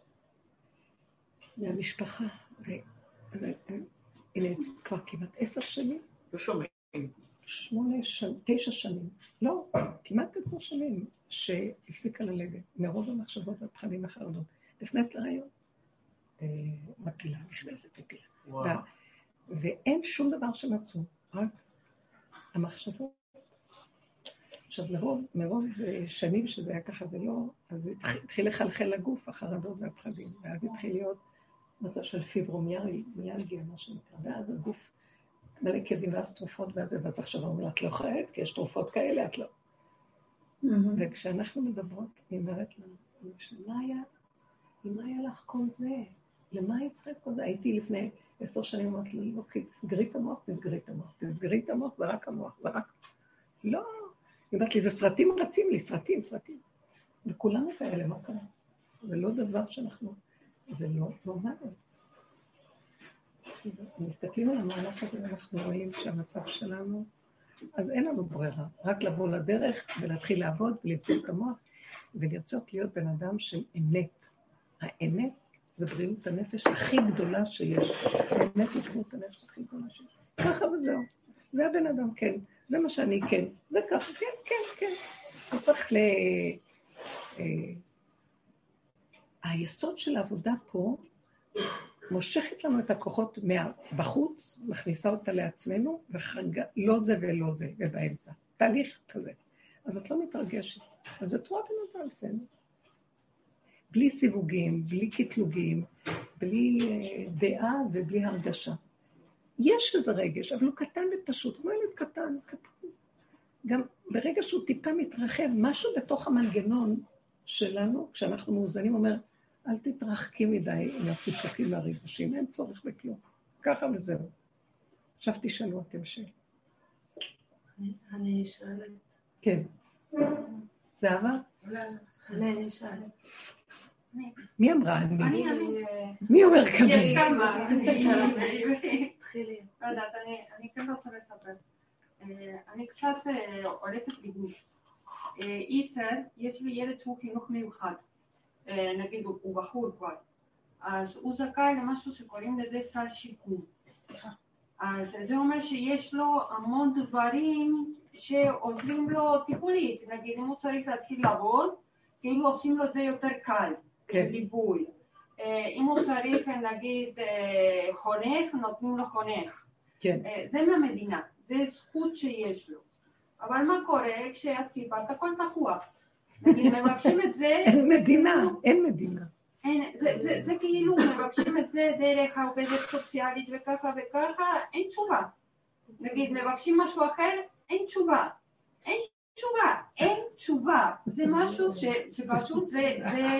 מהמשפחה, והנה כבר כמעט עשר שנים. לא שומעים. שמונה שנים, תשע שנים. לא, כמעט עשר שנים שהפסיקה ללדת, מרוב המחשבות והפחדים והחרדות. נכנסת להיריון. מפילה, נכנסת מפילה. ואין שום דבר שמצאו, רק המחשבות. עכשיו, מרוב, מרוב שנים שזה היה ככה ולא, אז התחיל לחלחל לגוף, החרדות והפחדים, ואז התחיל להיות מצב של פיברומיאלגיה, מה שנקרא, ואז הגוף מלא כאבים ואז תרופות ואז, ואז עכשיו אומר, את לא חייבת, כי יש תרופות כאלה, את לא. וכשאנחנו מדברות, היא אומרת לנו, מה היה, מה היה לך כל זה? למה היא צריכה כל זה? הייתי לפני עשר שנים, אמרת לי, אוקיי, תסגרי את המוח, תסגרי את המוח, תסגרי את המוח, זה רק המוח, זה רק... לא. היא אומרת לי, זה סרטים רצים לי, סרטים, סרטים. וכולנו כאלה, מה קרה? זה לא דבר שאנחנו... זה לא נורמלי. מסתכלים על המהלך הזה, ואנחנו רואים שהמצב שלנו... אז אין לנו ברירה, רק לבוא לדרך ולהתחיל לעבוד ולסגור את המוח, ולרצות להיות בן אדם של אמת. האמת זה בריאות הנפש הכי גדולה שיש. האמת היא בריאות הנפש הכי גדולה שיש. ככה וזהו. זה הבן אדם, כן. זה מה שאני, כן. זה ככה, כן, כן, כן. הוא צריך ל... היסוד של העבודה פה מושכת לנו את הכוחות בחוץ, מכניסה אותה לעצמנו, וחרגה, לא זה ולא זה, ובאמצע. תהליך כזה. אז את לא מתרגשת. אז את רואה בן אדם עשינו. בלי סיווגים, בלי קטלוגים, בלי דעה ובלי הרגשה. יש איזה רגש, אבל הוא קטן ופשוט, כמו ילד קטן, קטן. גם ברגע שהוא טיפה מתרחב, משהו בתוך המנגנון שלנו, כשאנחנו מאוזנים, אומר, אל תתרחקי מדי עם הסיפוקים והריגושים, אין צורך בכלום. ככה וזהו. עכשיו תשאלו אתם שאלה. אני שואלת. כן. זה עבר? אני שואלת. מי אמרה? אני. אני, אני... מי אומר כמה? יש כמה. תחילי. לא יודעת, אני כן רוצה לספר. אני קצת הולכת ליגוד. איסר, יש לי ילד שהוא חינוך מיוחד. נגיד, הוא בחור כבר. אז הוא זכאי למשהו שקוראים לזה סל שיקום. אז זה אומר שיש לו המון דברים שעוזרים לו טיפולית. נגיד, אם הוא צריך להתחיל לעבוד, כאילו עושים לו את זה יותר קל, ליווי. אם הוא צריך, נגיד, חונך, נותנים לו חונך. זה מהמדינה, זה זכות שיש לו. אבל מה קורה כשהציפת הכל תקוע? נגיד, מבקשים את זה... אין מדינה, אין מדינה. זה כאילו מבקשים את זה דרך העובדת סוציאלית וככה וככה, אין תשובה. נגיד, מבקשים משהו אחר, אין תשובה. אין תשובה, אין תשובה. זה משהו שפשוט זה...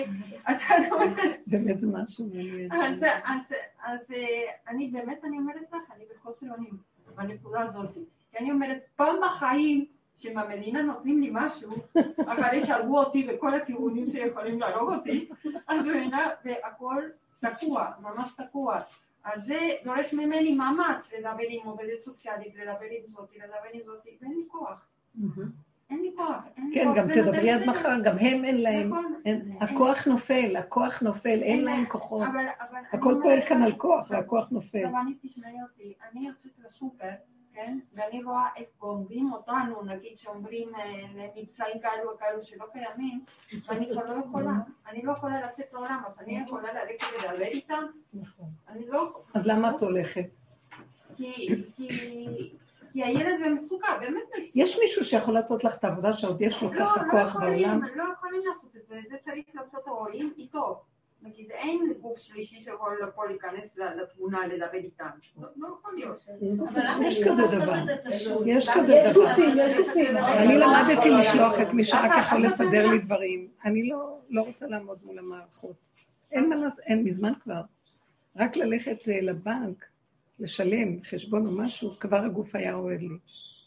באמת זה משהו. אז אני באמת, אני אומרת לך, אני בחוסר אונים בנקודה הזאת. כי אני אומרת, פעם בחיים שמהמדינה נותנים לי משהו, אחרי שהרגו אותי וכל הכיוונים שיכולים להרוג אותי, אז והכל תקוע, ממש תקוע. אז זה דורש ממני מאמץ לדבר עם עובדת סוציאלית, לדבר עם זאתי, לדבר עם זאתי, ואין לי כוח. אין לי כוח. כן, גם תדברי עד מחר, גם הם אין להם, הכוח נופל, הכוח נופל, אין להם כוחות. הכל פועל כאן על כוח, והכוח נופל. אבל אני תשמעי אותי, אני יוצאת לסופר, כן? ואני רואה איך גונבים אותנו, נגיד שאומרים מבצעים כאלו וכאלו שלא קיימים, ואני כבר לא יכולה, אני לא יכולה לצאת לעולם, אז אני יכולה ללכת ולדבר איתם? נכון. אני לא... אז למה את הולכת? כי... כי הילד במצוקה, באמת מצוקה. יש מישהו שיכול לעשות לך את העבודה שעוד יש לו ככה לא, כוח לא בעולם? יכולים, לא יכולים לעשות את זה, זה צריך לעשות ההורים איתו. נגיד, אין גוף שלישי שיכול פה להיכנס לתמונה, לדבר איתם. לא יכול להיות. יש כזה דבר. יש כזה דבר. אני למדתי לשלוח את מי שרק יכול לסדר לי דברים. אני לא רוצה לעמוד מול המערכות. אין מה לעשות, אין מזמן כבר. רק ללכת לבנק, לשלם חשבון או משהו, כבר הגוף היה אוהד לי.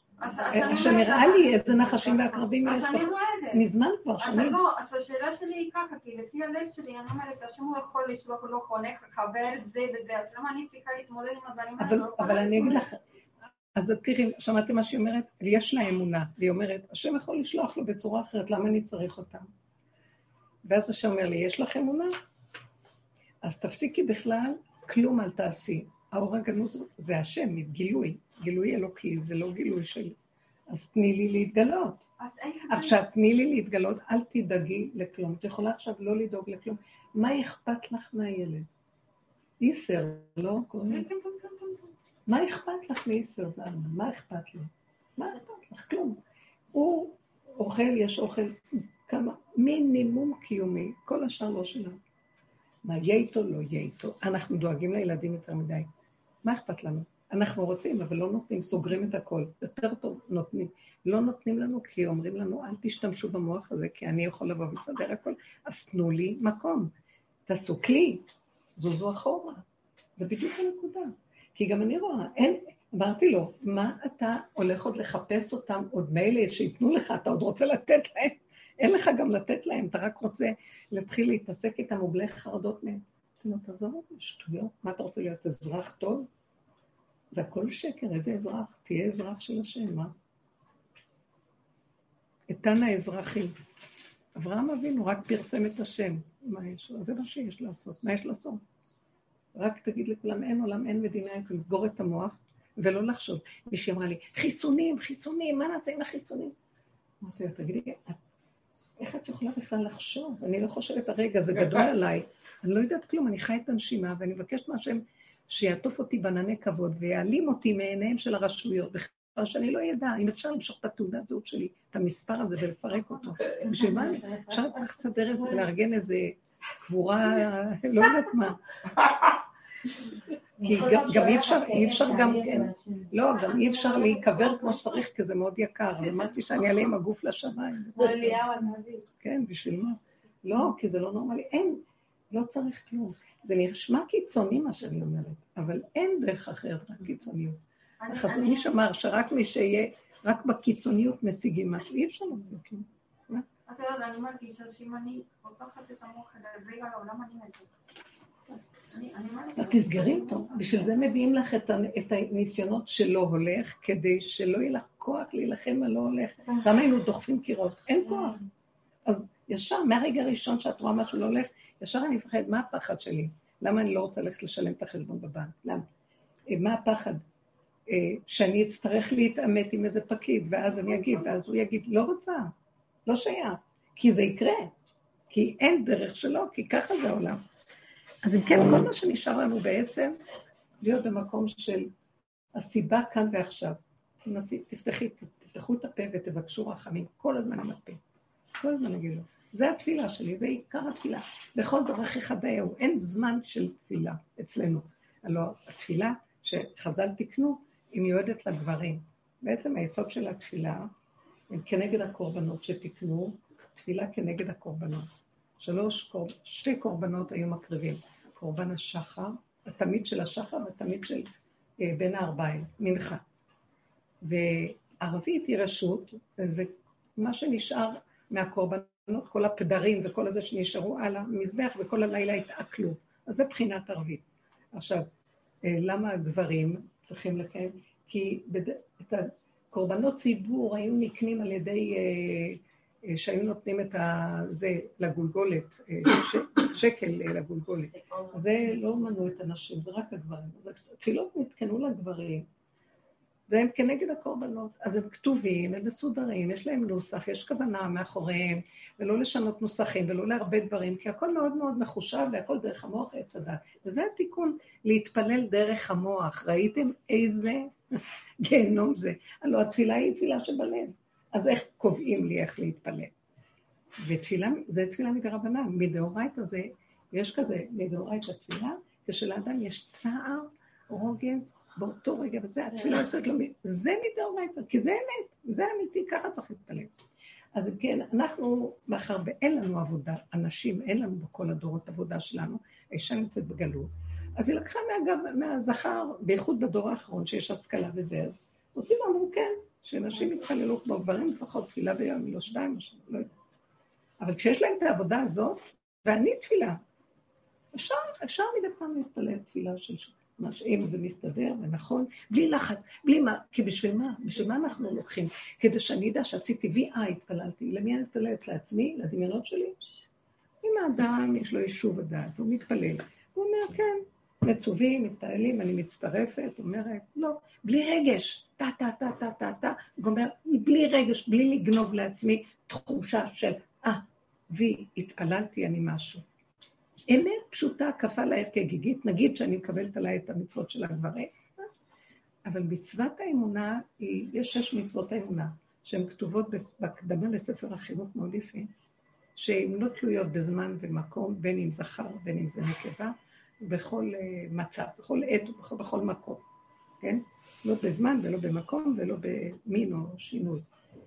שנראה לי איזה נחשים ועקרבים יש לך. מזמן כבר, שנים. אז לא, אז השאלה שלי היא ככה, כי לפי הלב שלי, אני אומרת, השם הוא יכול לשלוח לו חונך, חבר, זה וזה, אז למה אני צריכה להתמודד עם הדברים האלה? אבל אני אגיד לך, אז תראי, שמעתם מה שהיא אומרת? יש לה אמונה, והיא אומרת, השם יכול לשלוח לו בצורה אחרת, למה אני צריך אותם? ואז השם אומר לי, יש לך אמונה? אז תפסיקי בכלל, כלום אל תעשי. האור הגנוז זה השם, גילוי, גילוי אלוקי, זה לא גילוי שלי. אז תני לי להתגלות. עכשיו, תני לי להתגלות, אל תדאגי לכלום. את יכולה עכשיו לא לדאוג לכלום. מה אכפת לך מהילד? איסר, לא? מה אכפת לך מאיסר? מה אכפת לו? מה אכפת לך? כלום. הוא אוכל, יש אוכל, כמה, מינימום קיומי, כל השאר לא שלנו. מה יהיה איתו, לא יהיה איתו. אנחנו דואגים לילדים יותר מדי. מה אכפת לנו? אנחנו רוצים, אבל לא נותנים, סוגרים את הכל. יותר טוב נותנים. לא נותנים לנו כי אומרים לנו, אל תשתמשו במוח הזה, כי אני יכול לבוא ולסדר הכל. אז תנו לי מקום. תעשו כלי. זוזו אחורה. זה בדיוק הנקודה. כי גם אני רואה, אין, אמרתי לו, מה אתה הולך עוד לחפש אותם, עוד מילא שיתנו לך, אתה עוד רוצה לתת להם? אין לך גם לתת להם, אתה רק רוצה להתחיל להתעסק איתם ובלי חרדות מהם. אתה אומר, תעזוב את זה, שטויות. מה אתה רוצה להיות אזרח טוב? זה הכל שקר, איזה אזרח? תהיה אזרח של השם, מה? איתן האזרחי. אברהם אבינו רק פרסם את השם. מה יש לו? זה מה שיש לעשות. מה יש לעשות? רק תגיד לכולם, אין עולם, אין מדינה, תסגור את המוח ולא לחשוב. מישהי אמרה לי, חיסונים, חיסונים, מה נעשה עם החיסונים? אמרתי לה, תגידי, איך את יכולה בכלל לחשוב? אני לא חושבת, הרגע, זה גדול עליי. אני לא יודעת כלום, אני חי את הנשימה, ואני מבקשת מהשם שיעטוף אותי בענני כבוד, ויעלים אותי מעיניהם של הרשויות, בכלל שאני לא ידע, אם אפשר למשוך את התעודת זהות שלי, את המספר הזה, ולפרק אותו. בשביל מה? אפשר צריך לסדר את זה, לארגן איזה קבורה, לא יודעת מה. כי גם אי אפשר, אי אפשר גם, לא, גם אי אפשר להיקבר כמו שצריך, כי זה מאוד יקר. אמרתי שאני אעלה עם הגוף לשמיים. כן, בשביל מה? לא, כי זה לא נורמלי. אין, לא צריך כלום. זה נשמע קיצוני מה שאני אומרת, אבל אין דרך אחרת רק קיצוניות. אז מי שאמר שרק מי שיהיה, רק בקיצוניות משיגים משהו, אי אפשר לעשות כלום. אתה יודע, אני מרגישה שאם אני פותחת את המוח לדבר על העולם, אני מזאת. אז תסגרי אותו, בשביל זה מביאים לך את הניסיונות שלא הולך, כדי שלא יהיה לך כוח להילחם על לא הולך. למה היינו דוחפים קירות? אין כוח. אז ישר, מהרגע הראשון שאת רואה משהו לא הולך, ישר אני מפחד, מה הפחד שלי? למה אני לא רוצה ללכת לשלם את החשבון בבנק? למה? מה הפחד? שאני אצטרך להתאמת עם איזה פקיד, ואז אני אגיד, ואז הוא יגיד, לא רוצה, לא שייך, כי זה יקרה, כי אין דרך שלו, כי ככה זה העולם. אז אם כן, כל מה שנשאר לנו בעצם, להיות במקום של הסיבה כאן ועכשיו. תפתחי, תפתחו את הפה ותבקשו רחמים, כל הזמן עם הפה. כל הזמן נגיד לו. זה התפילה שלי, זה עיקר התפילה. בכל דרך יחדהו, אין זמן של תפילה אצלנו. הלוא התפילה שחז"ל תקנו, היא מיועדת לגברים. בעצם היסוד של התפילה, הם כנגד הקורבנות שתקנו, תפילה כנגד הקורבנות. שלוש, שתי קורבנות היו מקריבים. קורבן השחר, התמיד של השחר והתמיד של אה, בין הארבעים, מנחה. וערבית היא רשות, זה מה שנשאר מהקורבנות, כל הפדרים וכל הזה שנשארו על המזבח, וכל הלילה התעכלו. אז זה בחינת ערבית. עכשיו, אה, למה הגברים צריכים לקיים? כי בד... את הקורבנות ציבור היו נקנים על ידי... אה, שהיו נותנים את זה לגולגולת, ש... שקל לגולגולת. זה לא מנו את הנשים, זה רק הגברים. אז התפילות נתקנו לגברים, והם כנגד הקורבנות. אז הם כתובים, הם מסודרים, יש להם נוסח, יש כוונה מאחוריהם, ולא לשנות נוסחים, ולא להרבה דברים, כי הכל מאוד מאוד מחושב, והכל דרך המוח עץ הדת. וזה התיקון, להתפלל דרך המוח. ראיתם איזה גיהנום זה. הלוא התפילה היא תפילה שבלב. אז איך קובעים לי איך להתפלל? ותפילה, זה תפילה מדרבנן. מדאורייתא זה, יש כזה, מדאורייתא תפילה, כשלאדם יש צער, רוגז, באותו רגע, וזה התפילה יוצאת לו, זה מדאורייתא, כי זה אמת, זה אמיתי, ככה צריך להתפלל. אז כן, אנחנו, מאחר ואין לנו עבודה, אנשים, אין לנו בכל הדורות עבודה שלנו, האישה נמצאת בגלות, אז היא לקחה מהגב, מהזכר, בייחוד בדור האחרון, שיש השכלה וזה, אז רוצים אמרו, כן, שנשים יתפללו כמו גברים, לפחות תפילה ביום, לא שתיים, או שתיים, לא יודע. אבל כשיש להם את העבודה הזאת, ואני תפילה, אפשר, אפשר מדי פעם להתפלל תפילה של מה שאם זה מסתדר ונכון, בלי לחץ, בלי מה, כי בשביל מה? בשביל מה אנחנו לוקחים? כדי שאני אדע שעשיתי וי איי, התפללתי, למי אני מתפללת? לעצמי, לדמיונות שלי? אם האדם יש לו יישוב הדעת, הוא מתפלל, הוא אומר, כן, מצווים, מתפללים, אני מצטרפת, אומרת, לא, בלי רגש, טה, טה, טה, טה, טה, טה, הוא אומר, בלי רגש, בלי לגנוב לעצמי תחושה של, אה, וי, התפללתי, אני משהו. אמת פשוטה, כפה לה כגיגית, נגיד שאני מקבלת עליי את המצוות של הגברים, אבל מצוות האמונה, היא, יש שש מצוות האמונה, שהן כתובות בקדמה לספר החינוך מאוד יפים, שהן לא תלויות בזמן ומקום, בין אם זכר, בין אם זה נקבה, בכל מצב, בכל עת ובכל בכל מקום, כן? לא בזמן ולא במקום ולא במין או שינוי.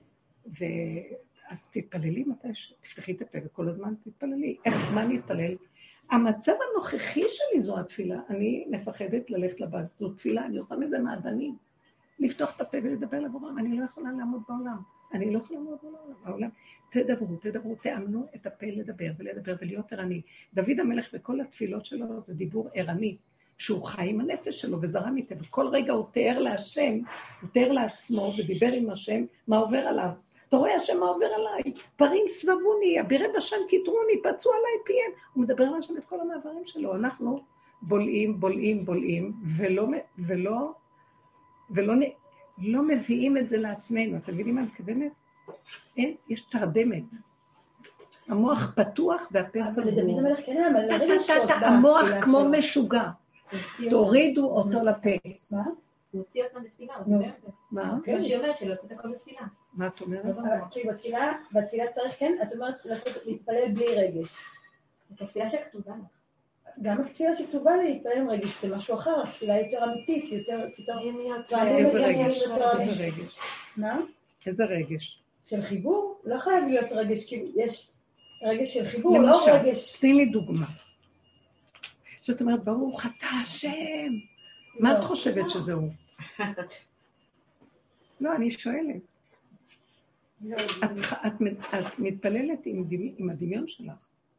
ואז תתפללי מתי שתפתחי את הפה וכל הזמן תתפללי. איך, מה אני אתפלל? המצב הנוכחי שלי זו התפילה, אני מפחדת ללכת לבד, זו תפילה, אני עושה מזה מעדנים, לפתוח את הפה ולדבר לבורם, אני לא יכולה לעמוד בעולם, אני לא יכולה לעמוד בעולם, תדברו, תדברו, תאמנו את הפה לדבר ולדבר ולהיות ערני. דוד המלך וכל התפילות שלו זה דיבור ערני, שהוא חי עם הנפש שלו וזרם איתה, וכל רגע הוא תיאר להשם, הוא תיאר לעצמו ודיבר עם השם, מה עובר עליו. אתה רואה השם מה עובר עליי, פרים סבבוני, אבירי בשם כתרוני, פצעו עליי פיהם. הוא מדבר על השם את כל המעברים שלו. אנחנו בולעים, בולעים, בולעים, ולא, ולא, ולא לא מביאים את זה לעצמנו. אתם מבינים מה אני מתכוונת? אין, יש תרדמת. המוח פתוח והפה סגור. אבל לדוד המלך כן, אבל לרגשות. המוח כמו משוגע. תורידו אותו לפה. מה? הוא הוציא אותם בתפילה, הוא מדבר על זה. מה? כמו שהיא אומרת שלא עושה את הכל בתפילה. מה את אומרת? כי בתפילה, בתפילה צריך כן, את אומרת להתפלל בלי רגש. את התפילה שכתובה לך. גם התפילה שכתובה לי, להתפלל עם רגש, זה משהו אחר, התפילה יותר אמיתית, יותר... איזה רגש? איזה רגש? מה? איזה רגש? של חיבור? לא חייב להיות רגש, כי יש רגש של חיבור, לא רגש... תני לי דוגמה. זאת אומרת, ברוך אתה השם. מה את חושבת שזהו? לא, אני שואלת. את מתפללת עם הדמיון שלך,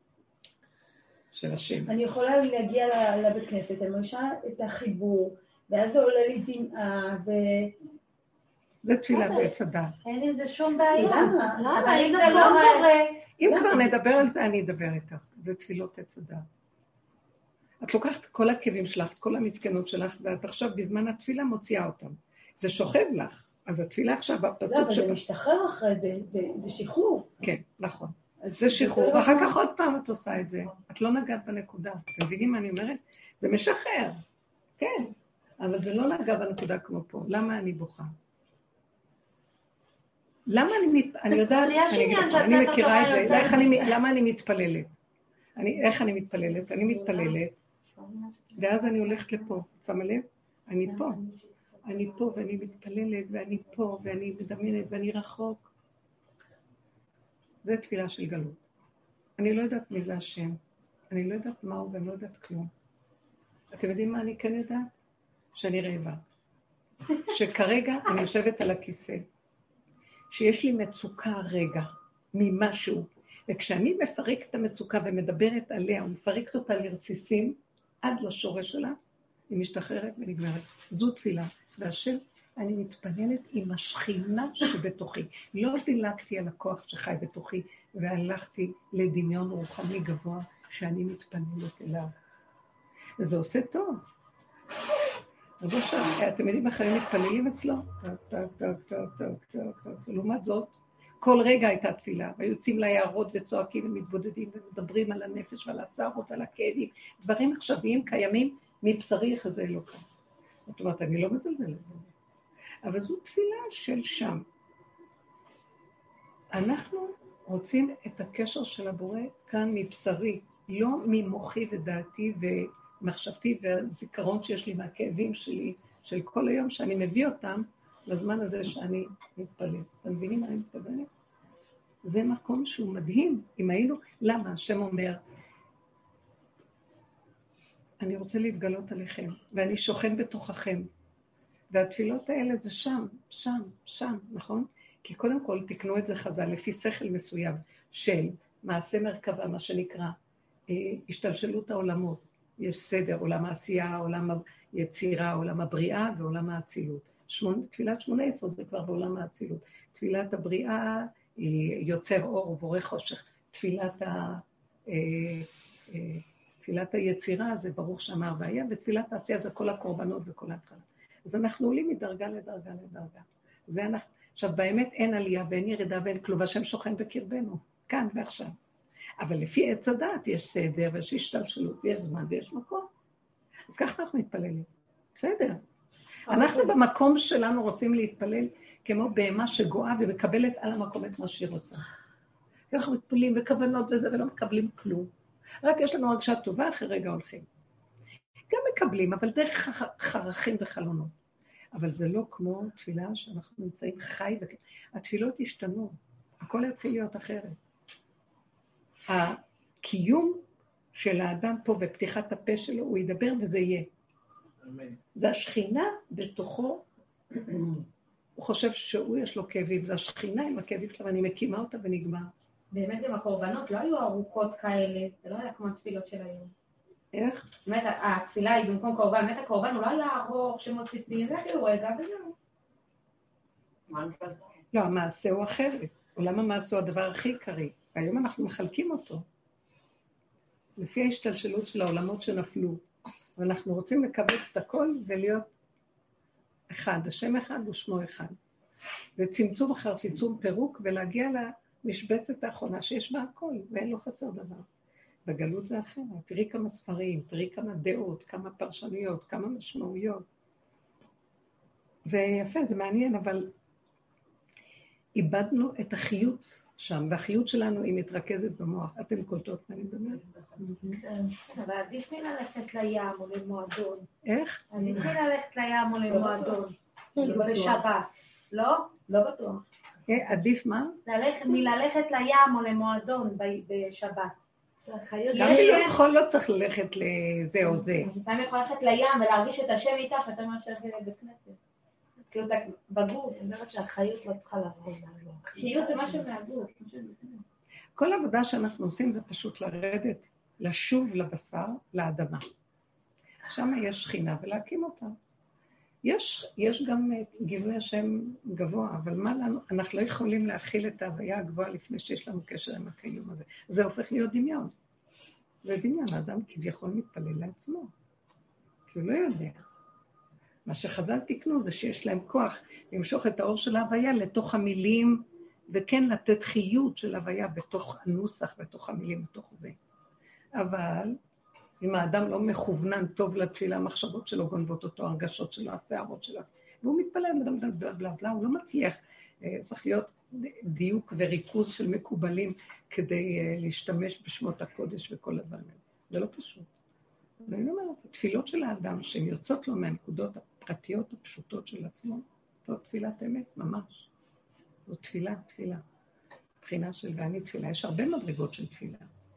של השם. אני יכולה להגיע לבית כנסת, אני מרגישה את החיבור, ואז זה עולה לי דמעה, ו... זה תפילה בעץ הדת. אין עם זה שום בעיה. למה? למה? אם זה לא קורה... אם כבר נדבר על זה, אני אדבר איתך. זה תפילות עץ הדת. את לוקחת כל הכאבים שלך, כל המסכנות שלך, ואת עכשיו בזמן התפילה מוציאה אותם. זה שוכב לך. אז התפילה עכשיו בפסוק... לא, אבל זה משתחרר אחרי זה, זה שחרור. כן, נכון. זה שחרור, ואחר כך עוד פעם את עושה את זה. את לא נגעת בנקודה. אתם מבינים מה אני אומרת? זה משחרר. כן, אבל זה לא נגע בנקודה כמו פה. למה אני בוכה? למה אני... אני יודעת... אני מכירה את זה. למה אני מתפללת? איך אני מתפללת? אני מתפללת, ואז אני הולכת לפה. שמה לב? אני פה. אני פה ואני מתפללת, ואני פה, ואני מדמיינת, ואני רחוק. זה תפילה של גלות. אני לא יודעת מי זה השם. אני לא יודעת מהו, ואני לא יודעת כלום. אתם יודעים מה אני כן יודעת? שאני רעבה. שכרגע אני יושבת על הכיסא. שיש לי מצוקה רגע, ממשהו. וכשאני מפרקת את המצוקה ומדברת עליה, ומפרקת אותה לרסיסים, עד לשורש שלה, היא משתחררת ונגמרת. זו תפילה. והשם, אני מתפללת עם השכינה שבתוכי. לא דילגתי על הכוח שחי בתוכי, והלכתי לדמיון רוחני גבוה, שאני מתפללת אליו. וזה עושה טוב. רבו שם, אתם יודעים איך הם מתפללים אצלו? טק, טק, טק, טק, טק, טק, טק. לעומת זאת, כל רגע הייתה תפילה, ויוצאים ליערות וצועקים ומתבודדים ומדברים על הנפש ועל הצערות ועל הכאבים, דברים עכשוויים קיימים מבשרי יחזה אלוקה. זאת אומרת, אני לא מזלזלת. אבל זו תפילה של שם. אנחנו רוצים את הקשר של הבורא כאן מבשרי, לא ממוחי ודעתי ומחשבתי והזיכרון שיש לי מהכאבים שלי, של כל היום שאני מביא אותם לזמן הזה שאני מתפלל. אתם מבינים מה אני מתכוונת? זה מקום שהוא מדהים. אם היינו, למה? השם אומר, אני רוצה להתגלות עליכם, ואני שוכן בתוככם. והתפילות האלה זה שם, שם, שם, נכון? כי קודם כל תקנו את זה חז"ל לפי שכל מסוים של מעשה מרכבה, מה שנקרא, השתלשלות העולמות. יש סדר, עולם העשייה, עולם היצירה, עולם הבריאה ועולם האצילות. שמונ... תפילת שמונה עשרה זה כבר בעולם האצילות. תפילת הבריאה היא יוצר אור ובורא חושך. תפילת, ה... תפילת היצירה זה ברוך שמר והיה, ותפילת העשייה זה כל הקורבנות וכל ההתחלה. אז אנחנו עולים מדרגה לדרגה לדרגה. זה אנחנו... עכשיו, באמת אין עלייה ואין ירידה ואין כלום, השם שוכן בקרבנו, כאן ועכשיו. אבל לפי עץ הדעת יש סדר ויש השתלשלות, יש זמן ויש מקום. אז ככה אנחנו מתפללים. בסדר. אנחנו במקום שלנו רוצים להתפלל כמו בהמה שגואה ומקבלת על המקום את מה שהיא רוצה. אנחנו מתפללים בכוונות וזה ולא מקבלים כלום. רק יש לנו הרגשה טובה, אחרי רגע הולכים. גם מקבלים, אבל דרך חרכים וחלונות. אבל זה לא כמו תפילה שאנחנו נמצאים חי, וכ... התפילות השתנו, הכל יתחיל להיות אחרת. הקיום של האדם פה ופתיחת הפה שלו, הוא ידבר וזה יהיה. אמן. זה השכינה בתוכו, הוא חושב שהוא יש לו כאבים, זה השכינה עם הכאבים שלה, ואני מקימה אותה ונגמר. באמת גם הקורבנות לא היו ארוכות כאלה, זה לא היה כמו התפילות של היום. איך? באמת, התפילה היא במקום קורבן, באמת הקורבן הוא לא היה ארוך שמוסיפים, זה כאילו רגע וזהו. לא, המעשה הוא אחרת. עולם המעשה הוא הדבר הכי עיקרי, והיום אנחנו מחלקים אותו. לפי ההשתלשלות של העולמות שנפלו, ואנחנו רוצים לקבץ את הכל ולהיות אחד, השם אחד ושמו אחד. זה צמצום אחר צמצום פירוק, ולהגיע למשבצת האחרונה שיש בה הכל, ואין לו חסר דבר. בגלות זה אחרת, תראי כמה ספרים, תראי כמה דעות, כמה פרשניות, כמה משמעויות. זה יפה, זה מעניין, אבל איבדנו את החיות שם, והחיות שלנו היא מתרכזת במוח. אתם קולטות מה אני מדברת? אבל עדיף לי ללכת לים או למועדון. איך? עדיף לי ללכת לים או למועדון. בשבת, לא? לא בטוח. עדיף מה? מללכת לים או למועדון בשבת. גם אם לא יכול, לא צריך ללכת לזה או זה. אתה יכול ללכת לים ולהרגיש את השם איתך, אתה מאשר לבית כנסת. כאילו אתה בגוף. אני אומרת שהחיות לא צריכה לעבוד. חיות זה משהו מהגוף. כל העבודה שאנחנו עושים זה פשוט לרדת, לשוב לבשר, לאדמה. שם יש שכינה ולהקים אותה. יש, יש גם גילוי השם גבוה, אבל מה לנו? אנחנו לא יכולים להכיל את ההוויה הגבוהה לפני שיש לנו קשר עם הקיום הזה. זה הופך להיות דמיון. זה דמיון, האדם כביכול מתפלל לעצמו, כי הוא לא יודע. מה שחז"ל תקנו זה שיש להם כוח למשוך את האור של ההוויה לתוך המילים, וכן לתת חיות של ההוויה בתוך הנוסח, בתוך המילים, בתוך זה. אבל אם האדם לא מכוונן טוב לתפילה, המחשבות שלו גונבות אותו, הרגשות שלו, השערות שלו, והוא מתפלל, בלה בלה בלה בלה, הוא לא מצליח, צריך להיות דיוק וריכוז של מקובלים כדי להשתמש בשמות הקודש וכל הדברים האלה. זה לא פשוט. ואני אומרת, התפילות של האדם שהן יוצאות לו מהנקודות הפרטיות הפשוטות של עצמו, זו תפילת אמת, ממש. זו תפילה, תפילה. מבחינה של ואני תפילה. יש הרבה מדרגות של תפילה.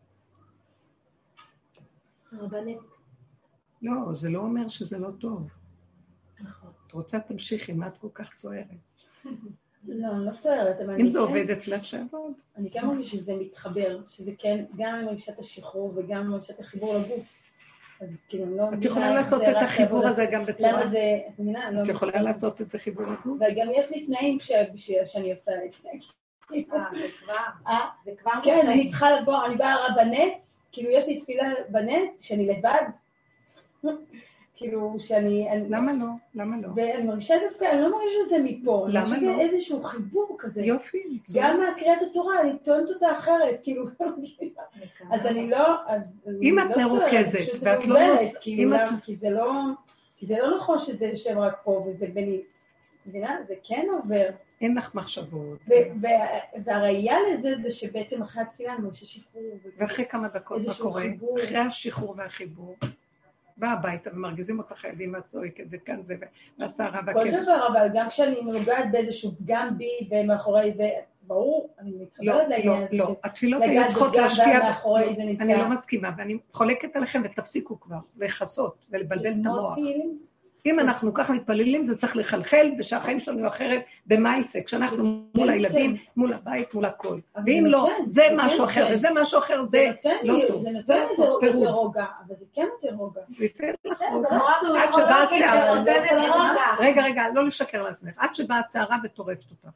רבנית. לא, זה לא אומר שזה לא טוב. נכון. את רוצה תמשיכי, מה את כל כך סוערת? לא, אני לא סוערת, אבל אם זה עובד אצלך שעבוד. אני כן מרגיש שזה מתחבר, שזה כן, גם מרגישת השחרור וגם מרגישת החיבור לגוף. אז כאילו, לא... את יכולה לעשות את החיבור הזה גם בצורה... למה זה, את מבינה? את יכולה לעשות את החיבור לגוף? וגם יש לי תנאים שאני עושה את זה. אה, זה כבר. זה כבר... כן, אני צריכה לבוא, אני באה רבנית, כאילו יש לי תפילה בנט, שאני לבד, כאילו שאני... למה לא? למה לא? ואני מרגישה דווקא, אני לא מרגישה שזה מפה, למה לא? אני מרגישה איזשהו חיבור כזה. יופי. גם מהקריאת התורה, אני טוענת אותה אחרת, כאילו, אז אני לא... אם את מרוכזת, ואת לא... כי זה לא נכון שזה יושב רק פה, וזה בני... מבינה? זה כן עובר. אין לך מחשבות. והראייה לזה זה שבעצם אחרי התפילה אני מרגישה שחרור. ואחרי כמה דקות מה קורה? אחרי השחרור והחיבור. באה הביתה ומרגיזים אותך ילדים מהצועקת וכאן זה, והסערה והכיף. כל דבר, אבל גם כשאני נוגעת באיזשהו פגם בי ומאחורי זה, ברור, אני מתחברת לעניין הזה. לא, לא, התפילות היו צריכות להשפיע, מאחורי זה נמצא. אני לא מסכימה, ואני חולקת עליכם ותפסיקו כבר, לחסות ולבלבל את המוח. אם אנחנו ככה מתפללים, זה צריך לחלחל, ושהחיים שלנו יהיו אחרת במייסה, כשאנחנו מול הילדים, מול הבית, מול הכל. ואם לא, זה משהו אחר, וזה משהו אחר, זה לא טוב. זה נותן יותר רוגע, אבל זה כן יותר רוגע. זה ייתן לך רוגע. עד שבאה השערה, רגע, רגע, לא לשקר לעצמך, עד שבאה השערה וטורפת אותך.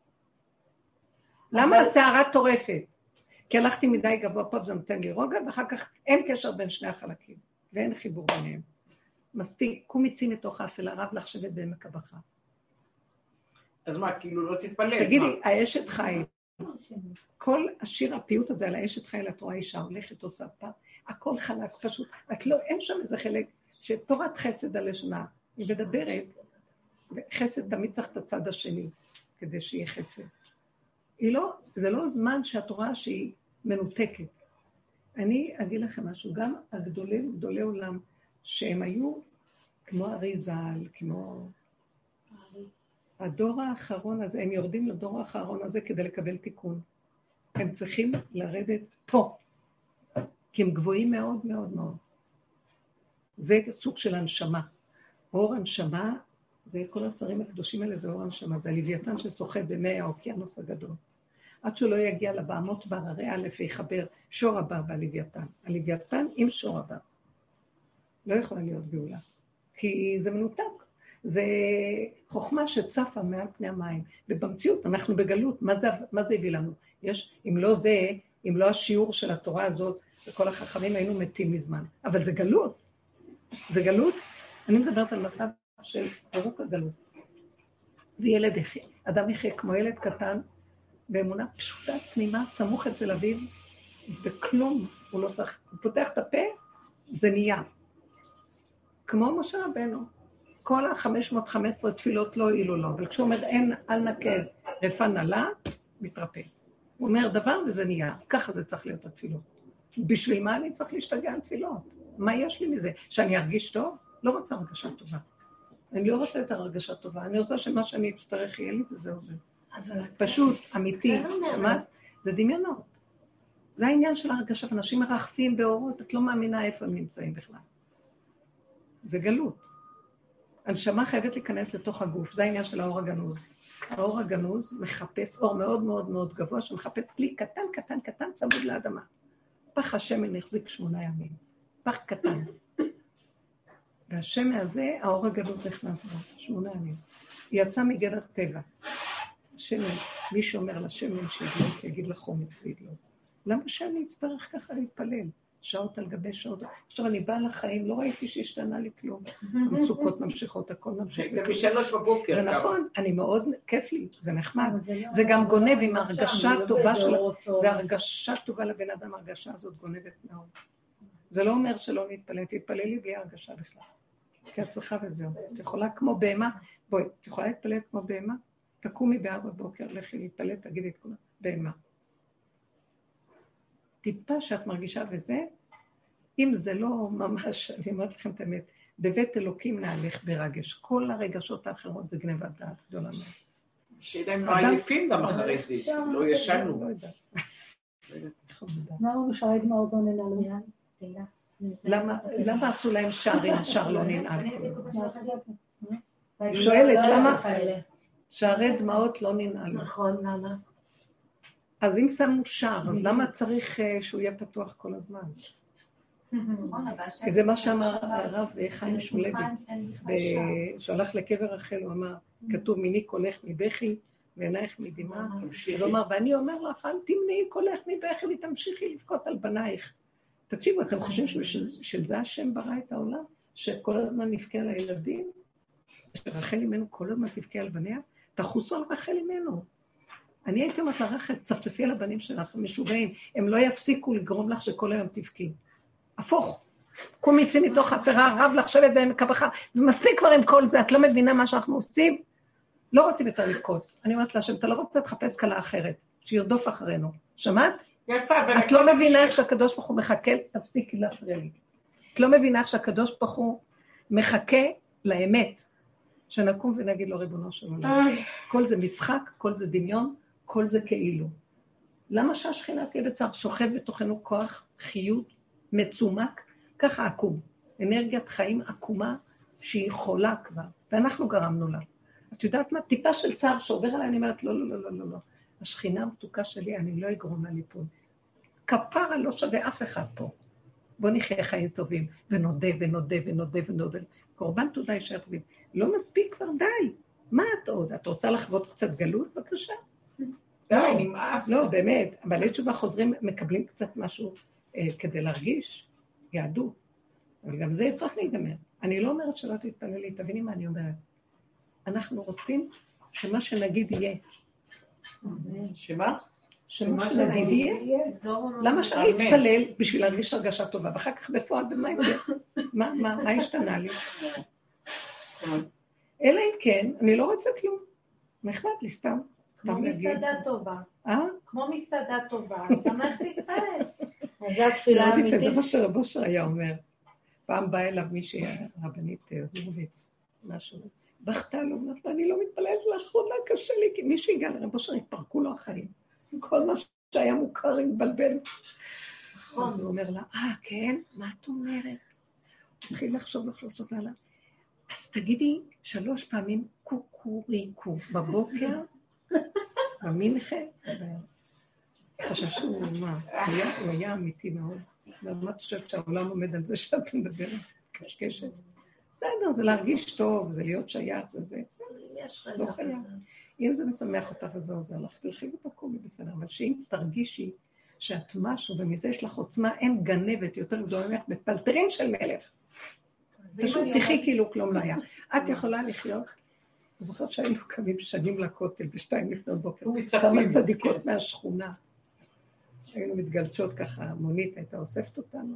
למה השערה טורפת? כי הלכתי מדי גבוה פה, זה נותן לי רוגע, ואחר כך אין קשר בין שני החלקים, ואין חיבור ביניהם. מספיק, קום יציא מתוך האפלה, רב לך שבת בעמק הבכה. אז מה, כאילו לא תתפלל? תגידי, האשת חיל, כל השיר הפיוט הזה על האשת חיל, את רואה אישה הולכת, עושה פעם, הכל חלק פשוט, את לא, אין שם איזה חלק שתורת חסד הלשונה, היא מדברת, וחסד תמיד צריך את הצד השני, כדי שיהיה חסד. היא לא, זה לא זמן שאת רואה שהיא מנותקת. אני אגיד לכם משהו, גם הגדולים, גדולי עולם, שהם היו כמו אריזל, כמו הדור האחרון הזה, הם יורדים לדור האחרון הזה כדי לקבל תיקון. הם צריכים לרדת פה, כי הם גבוהים מאוד מאוד מאוד. זה סוג של הנשמה. אור הנשמה, זה כל הספרים הקדושים האלה, זה אור הנשמה, זה הלוויתן ששוחה במי האוקיינוס הגדול. עד שהוא לא יגיע לבהמות בהררי א' ויחבר שור הבר והלוויתן. הלוויתן עם שור הבר. לא יכולה להיות גאולה, כי זה מנותק. זה חוכמה שצפה מעל פני המים, ובמציאות אנחנו בגלות. מה זה, מה זה הביא לנו? יש, אם לא זה, אם לא השיעור של התורה הזאת, וכל החכמים היינו מתים מזמן. אבל זה גלות. זה גלות. אני מדברת על מצב של פירוק הגלות. וילד יחיה, אדם יחיה כמו ילד קטן, באמונה פשוטה, תמימה, סמוך אצל אביו, וכלום, הוא לא צריך, הוא פותח את הפה, זה נהיה. כמו משה רבנו, כל ה-חמש מאות וחמש עשרה תפילות לא הועילו לו, אבל כשהוא אומר אין אל נקל רפא נלה, מתרפא. הוא אומר דבר וזה נהיה, ככה זה צריך להיות התפילות. בשביל מה אני צריך להשתגע על תפילות? מה יש לי מזה? שאני ארגיש טוב? לא רוצה הרגשה טובה. אני לא רוצה את הרגשה טובה, אני רוצה שמה שאני אצטרך יהיה לי וזהו זה. פשוט, אמיתי, שמעת? זה דמיונות. זה העניין של הרגשה, אנשים מרחפים באורות, את לא מאמינה איפה הם נמצאים בכלל. זה גלות. הנשמה חייבת להיכנס לתוך הגוף, זה העניין של האור הגנוז. האור הגנוז מחפש אור מאוד מאוד מאוד גבוה, שמחפש כלי קטן, קטן, קטן, צמוד לאדמה. פח השמן החזיק שמונה ימים. פח קטן. והשמן הזה, האור הגנוז נכנס בו, שמונה ימים. היא יצאה מגדר טבע. השמן, מי שאומר לשמן שידלוק, יגיד לחומץ וידלוק. למה שאני אצטרך ככה להתפלל? שעות על גבי שעות. עכשיו אני באה לחיים, לא ראיתי שהשתנה לי כלום. המצוקות ממשיכות, הכל ממשיך. גם משלוש בבוקר. זה נכון, אני מאוד, כיף לי, זה נחמד. זה גם גונב עם הרגשה טובה של... זה הרגשה טובה לבן אדם, הרגשה הזאת גונבת מאוד. זה לא אומר שלא נתפלל, תתפללי בלי הרגשה בכלל. כי את צריכה וזהו. את יכולה כמו בהמה, בואי, את יכולה להתפלל כמו בהמה? תקומי בארבע בוקר, לכי להתפלל, תגידי את כולה, בהמה. טיפה שאת מרגישה וזה, אם זה לא ממש, אני אומרת לכם את האמת, בבית אלוקים נהלך ברגש, כל הרגשות האחרות זה גנבת דעת גדולה מאוד. שידעים לא עייפים גם אחרי זה, לא ישנו. לא יודעת. למה בשערי דמעות לא ננעלו? למה עשו להם שערים, השער לא ננעל? היא שואלת, למה שערי דמעות לא ננעל? נכון, למה? אז אם שמו שער, אז למה צריך שהוא יהיה פתוח כל הזמן? כי זה מה שאמר הרב חיים שמואלביץ, שהלך לקבר רחל, הוא אמר, כתוב מיני קולך מבכי ועינייך מדמעה, הוא אמר, ואני אומר לך, אל תמנעי קולך מבכי ותמשיכי לבכות על בנייך. תקשיבו, אתם חושבים של זה השם ברא את העולם? שכל הזמן נבכה על הילדים? שרחל אימנו כל הזמן תבכה על בניה? תחוסו על רחל אימנו. אני הייתי אומרת לרחל, צפצפי על הבנים שלך, משוגעים, הם לא יפסיקו לגרום לך שכל היום תבכי. הפוך, קום יצא מתוך אפרה, רב לך שבת בעמק הבכה, ומספיק כבר עם כל זה, את לא מבינה מה שאנחנו עושים? לא רוצים יותר לבכות. אני אומרת לה, שאתה לא רוצה תחפש קלה אחרת, שירדוף אחרינו. שמעת? את לא מבינה איך שהקדוש ברוך הוא מחכה, תפסיקי להפריע לי. את לא מבינה איך שהקדוש ברוך הוא מחכה לאמת, שנקום ונגיד לו ריבונו של עולם. כל זה משחק, כל זה דמיון, כל זה כאילו. למה שהשכינה תהיה בצער? שוכב בתוכנו כוח, חיות, מצומק, ככה עקום. אנרגיית חיים עקומה שהיא חולה כבר, ואנחנו גרמנו לה. את יודעת מה? טיפה של צער שעובר עליי, אני אומרת, לא, לא, לא, לא, לא, לא. השכינה המתוקה שלי, אני לא אגרום לה ליפול. כפרה לא שווה אף אחד פה. בוא נחיה חיים טובים, ונודה, ונודה, ונודה, ונודה. קורבן תודה יישאר טובים. לא מספיק כבר, די. מה את עוד? את רוצה לחוות קצת גלות? בבקשה. די, נמאס. לא, באמת. בעלי תשובה חוזרים, מקבלים קצת משהו אה, כדי להרגיש יהדות. אבל גם זה צריך להיגמר. אני לא אומרת שלא תתפללי, תביני מה אני אומרת. אנחנו רוצים שמה שנגיד יהיה. שמה? שמה שנגיד יהיה. למה שאני אתפלל בשביל להרגיש הרגשה טובה, ואחר כך בפועל במה זה? מה, מה, מה השתנה לי? אלא אם כן, אני לא רוצה כלום. נחמד לי סתם. כמו מסעדה טובה. אה? כמו מסעדה טובה. גם איך תתפלל. אז זו התפילה האמיתית. זה מה שרב אושר היה אומר. פעם באה אליו מישהי, הרבנית הורוביץ, משהו. בכתה לו, אמרת לו, אני לא מתפללת לאחרונה, קשה לי, כי מי שהגיע לרב אושר התפרקו לו החיים. כל מה שהיה מוכר התבלבל. אז הוא אומר לה, אה, כן? מה את אומרת? הוא התחיל לחשוב לך לעשות לה, אז תגידי שלוש פעמים קוקוריקו בבוקר, במנחה, חשב שהוא, מה, הוא היה אמיתי מאוד. ומה את חושבת שהעולם עומד על זה שאת מדברת קשקשת? בסדר, זה להרגיש טוב, זה להיות שייך, זה זה, לא חייב. אם זה משמח אותך וזהו, זה הלך, תלכי ותקומי בסדר, אבל שאם תרגישי שאת משהו, ומזה יש לך עוצמה, אין גנבת יותר גדולה ממך, בפלטרין של מלך. פשוט תחי כאילו כלום לא היה. את יכולה לחיות, אני זוכרת שהיינו קמים שנים לכותל, בשתיים לפנות בוקר, כמה צדיקות מהשכונה. היינו מתגלשות ככה, מונית הייתה אוספת אותנו.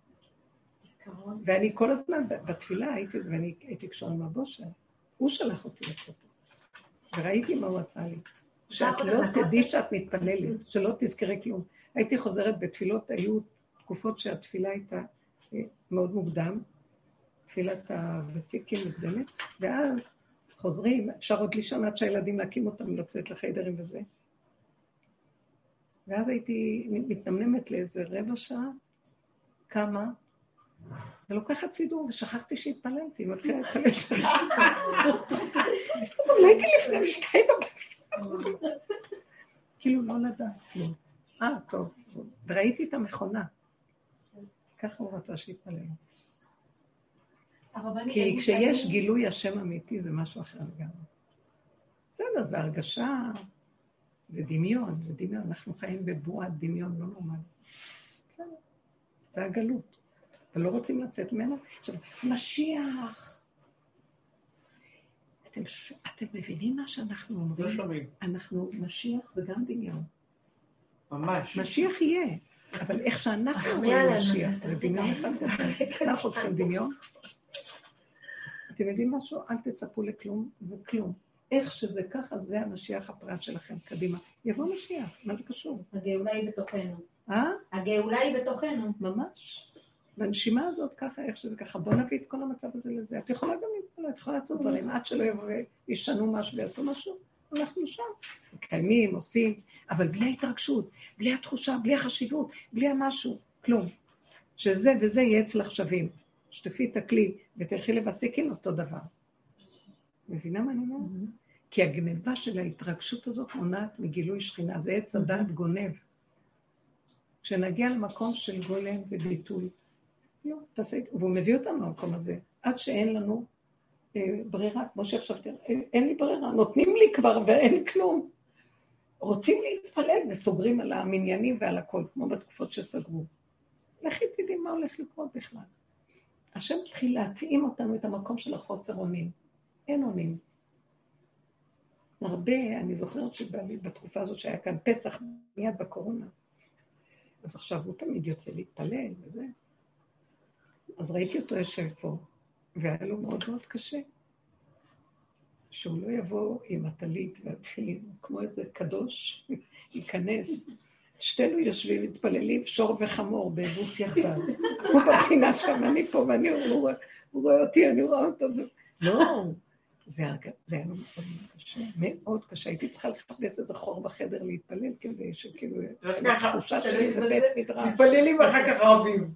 ואני כל הזמן בתפילה הייתי, ואני הייתי קשור עם הבושר, הוא שלח אותי לכותל. וראיתי מה הוא עשה לי. שאת לא תדעי שאת מתפללת, שלא תזכרי כלום. הייתי חוזרת בתפילות, היו תקופות שהתפילה הייתה מאוד מוקדם, תפילת הוסיקים מוקדמת, ואז חוזרים, אפשר עוד לישון עד שהילדים להקים אותם, לצאת לחיידרים וזה. ואז הייתי מתנמנמת לאיזה רבע שעה, כמה, ולוקחת סידור, ושכחתי שהתפללתי, מתחילה להתפלל שלה. אולי הייתי לפני שתיים בבית. כאילו לא לדעת, כלום. אה, טוב. וראיתי את המכונה. ככה הוא רצה שהתפלל. כי כשיש גילוי השם אמיתי, זה משהו אחר לגמרי. בסדר, זה הרגשה, זה דמיון, זה דמיון. אנחנו חיים בבועת דמיון לא נורמלי. בסדר, זה הגלות. ולא רוצים לצאת ממנו. עכשיו, משיח. אתם, אתם מבינים מה שאנחנו אומרים? לא שומעים. אנחנו, משיח זה גם דמיון. ממש. משיח יהיה, אבל איך שאנחנו אומרים משיח, זה דמיון אחד גדול. אנחנו צריכים דמיון. אתם יודעים משהו? אל תצפו לכלום וכלום. איך שזה ככה, זה המשיח הפרט שלכם, קדימה. יבוא משיח, מה זה קשור? הגאולה היא בתוכנו. אה? הגאולה היא בתוכנו. ממש. בנשימה הזאת ככה, איך שזה ככה, בוא נביא את כל המצב הזה לזה. את יכולה גם להתפלל, את יכולה לעשות דברים, עד שלא ישנו משהו ויעשו משהו, אנחנו שם. מקיימים, עושים, אבל בלי ההתרגשות, בלי התחושה, בלי החשיבות, בלי המשהו, כלום. שזה וזה יהיה אצלך שווים. שטפי את הכלי ותלכי לבסיקים אותו דבר. מבינה מה אני אומרת? כי הגניבה של ההתרגשות הזאת מונעת מגילוי שכינה, זה עץ הדעת גונב. כשנגיע למקום של גולם וביטוי, לא, תעשה, והוא מביא אותנו למקום הזה, עד שאין לנו אה, ברירה, כמו שעכשיו תראה, אין, אין לי ברירה, נותנים לי כבר ואין כלום. רוצים להתפלל וסוגרים על המניינים ועל הכל, כמו בתקופות שסגרו. לכי תדעי מה הולך לקרות בכלל. השם התחיל להתאים אותנו את המקום של החוסר אונים. אין אונים. הרבה, אני זוכרת שבתקופה הזאת שהיה כאן פסח מיד בקורונה, אז עכשיו הוא תמיד יוצא להתפלל וזה. אז ראיתי אותו יושב פה, והיה לו מאוד מאוד קשה. שהוא לא יבוא עם הטלית והתפילין, כמו איזה קדוש, ייכנס. שתינו יושבים, מתפללים, שור וחמור, באבוס יחדיו. הוא בפינה שם, אני פה, ואני, הוא רואה אותי, אני רואה אותו. לא, זה היה מאוד קשה, מאוד קשה. הייתי צריכה לחפש איזה חור בחדר להתפלל, כדי שכאילו, התחושה שלי זה בית מדרש. מתפללים ואחר כך רבים.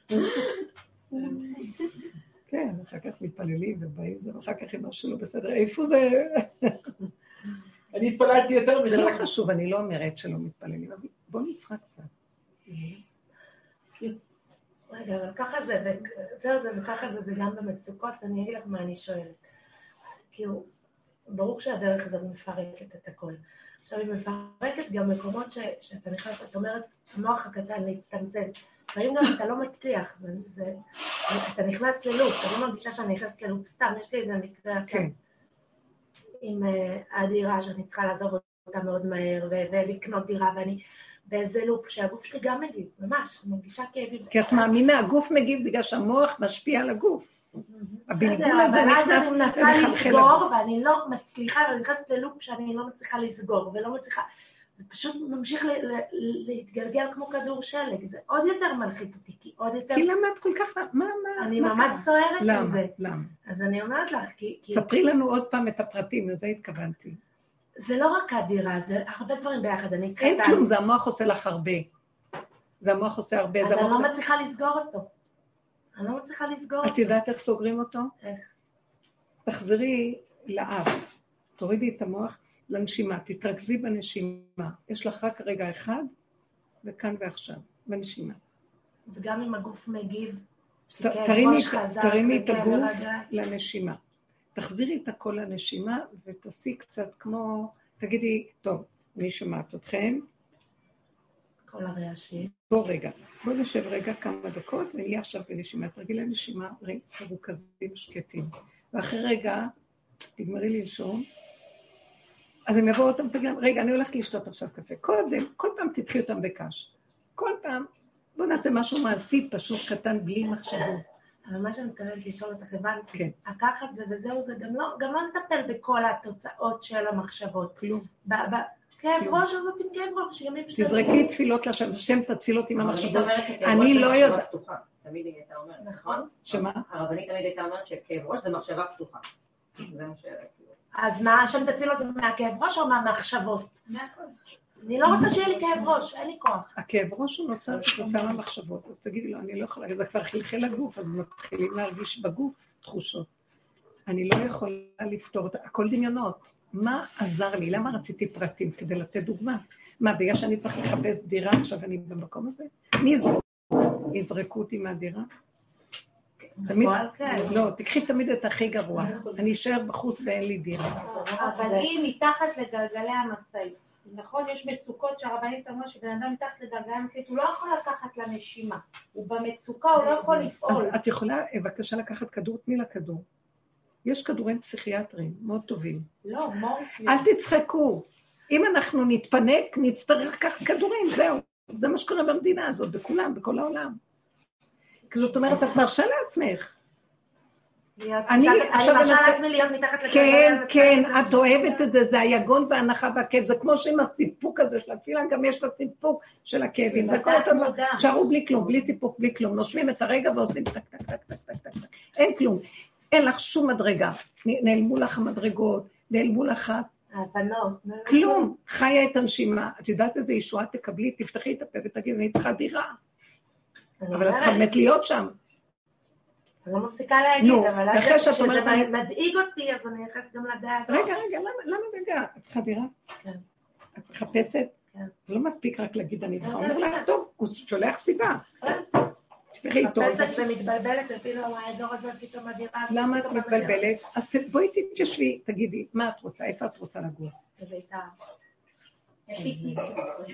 כן, אחר כך מתפללים ובאים זה, ואחר כך עם משהו לא בסדר. איפה זה? אני התפללתי יותר זה לא חשוב, אני לא אומרת שלא מתפללים, אבל בוא נצחק קצת. רגע, אבל ככה זה, וזהו זה, וככה זה, זה גם במצוקות, אני אגיד לך מה אני שואלת. כאילו, ברור שהדרך הזאת מפרקת את הכל. עכשיו, היא מפרקת גם מקומות שאתה נכנס, את אומרת, המוח הקטן להצטמצם. ואם גם אתה לא מצליח, ואתה נכנס ללופ, אני לא מרגישה שאני נכנסת ללופ סתם, יש לי איזה מקרה עכשיו. עם הדירה שאני צריכה לעזוב אותה מאוד מהר, ולקנות דירה, ואני באיזה לופ שהגוף שלי גם מגיב, ממש, אני מרגישה כאבים. כי את מאמינה, הגוף מגיב בגלל שהמוח משפיע על הגוף. הבלבול הזה נכנס ומנסה לסגור, ואני לא מצליחה, ואני נכנסת ללופ שאני לא מצליחה לסגור, ולא מצליחה, זה פשוט ממשיך להתגלגל כמו כדור שלג, זה עוד יותר מלחיץ אותי, כי עוד יותר... כי למה את כל כך... מה, מה? אני ממש סוערת למה? מזה. למה? אז אני אומרת לך, כי... ספרי לנו עוד פעם את הפרטים, לזה התכוונתי. זה לא רק הדירה, זה הרבה דברים ביחד, אני קטן. אין כלום, זה המוח עושה לך הרבה. זה המוח עושה הרבה. אז אני לא מצליחה לסגור אותו. אני לא מצליחה לסגור אותו. את יודעת איך סוגרים אותו? איך? תחזרי לאף, תורידי את המוח לנשימה, תתרכזי בנשימה. יש לך רק רגע אחד, וכאן ועכשיו, בנשימה. וגם אם הגוף מגיב, תרימי את הגוף לנשימה. תחזירי את הכל לנשימה, ותעשי קצת כמו, תגידי, טוב, אני שומעת אתכם. כל הרעשים. בוא רגע, בוא נשב רגע כמה דקות, ונהיה עכשיו בנשימה, תרגילי נשימה, מרוכזים, שקטים. ואחרי רגע, תגמרי לנשום, אז הם יבואו אותם, תגיד, רגע, אני הולכת לשתות עכשיו קפה. קודם, כל פעם תתחי אותם בקש. כל פעם, בוא נעשה משהו מעשי, פשוט קטן, בלי מחשבות. אבל מה שאני מתכוונת לשאול אותך, הבנתי, כן. לקחת זה וזהו, זה גם לא, גם לא נטפל בכל התוצאות של המחשבות. כלום. כאב ראש הזאת עם כאב ראש, ימים שלנו. תזרקי תפילות לשם, השם תציל אותי מהמחשבות. אני לא יודעת. תמיד היא הייתה אומרת, נכון? שמה? הרבנית תמיד הייתה אומרת שכאב ראש זה מחשבה פתוחה. זה מה שאלה. אז מה, השם תציל אותי מהכאב ראש או מהמחשבות? מהכל. אני לא רוצה שיהיה לי כאב ראש, אין לי כוח. הכאב ראש הוא נוצר כתוצאה מהמחשבות, אז תגידי לו, אני לא יכולה, זה כבר חלחל לגוף, אז מתחילים להרגיש בגוף תחושות. אני לא יכולה לפתור אותה, הכל דמיונות. מה עזר לי? למה רציתי פרטים? כדי לתת דוגמה. מה, בגלל שאני צריך לחפש דירה, עכשיו אני במקום הזה? מי יזרקו? יזרקו אותי מהדירה? תמיד, לא, תקחי תמיד את הכי גרוע. אני אשאר בחוץ ואין לי דירה. אבל היא מתחת לגלגלי המשאית. נכון, יש מצוקות שהרבנית אמרה שבן אדם מתחת לגלגלי המשאית, הוא לא יכול לקחת לנשימה. הוא במצוקה, הוא לא יכול לפעול. אז את יכולה, בבקשה לקחת כדור, תני לה כדור. יש כדורים פסיכיאטריים מאוד טובים. לא, מורפיום. אל תצחקו. אם אנחנו נתפנק, נצטרך לקחת כדורים, זהו. זה מה שקורה במדינה הזאת, בכולם, בכל העולם. זאת אומרת, את מרשה לעצמך. אני מרשה לעצמי להיות מתחת לגלגלי כן, כן, את אוהבת את זה, זה היגון וההנחה והכאב, זה כמו שעם הסיפוק הזה של התפילה, גם יש לה סיפוק של הכאבים, זה כל אותו דבר, שערו בלי כלום, בלי סיפוק, בלי כלום, נושמים את הרגע ועושים טק, טק, טק, טק, טק, טק, אין כלום, אין לך שום מדרגה, נעלמו לך המדרגות, נעלמו לך ההבנות, כלום, חיה את הנשימה, את יודעת איזה ישועה תקבלי, תפתחי את הפה ותגיד, אני צריכה דירה, אבל את צריכה באמת להיות שם. אני לא מפסיקה להגיד, אבל כשזה מדאיג אותי, אז אני נכנסת גם לדעת. רגע, רגע, למה רגע? את צריכה דירה? כן. את מחפשת? כן. לא מספיק רק להגיד, אני צריכה, אומר לך, טוב, הוא שולח סיבה. תפכי איתו. מחפשת ומתבלבלת, ופתאום הדור הזה, פתאום הדירה. למה את מתבלבלת? אז בואי תתיישבי, תגידי, מה את רוצה? איפה את רוצה לגור? בביתה. יש לי סיבה.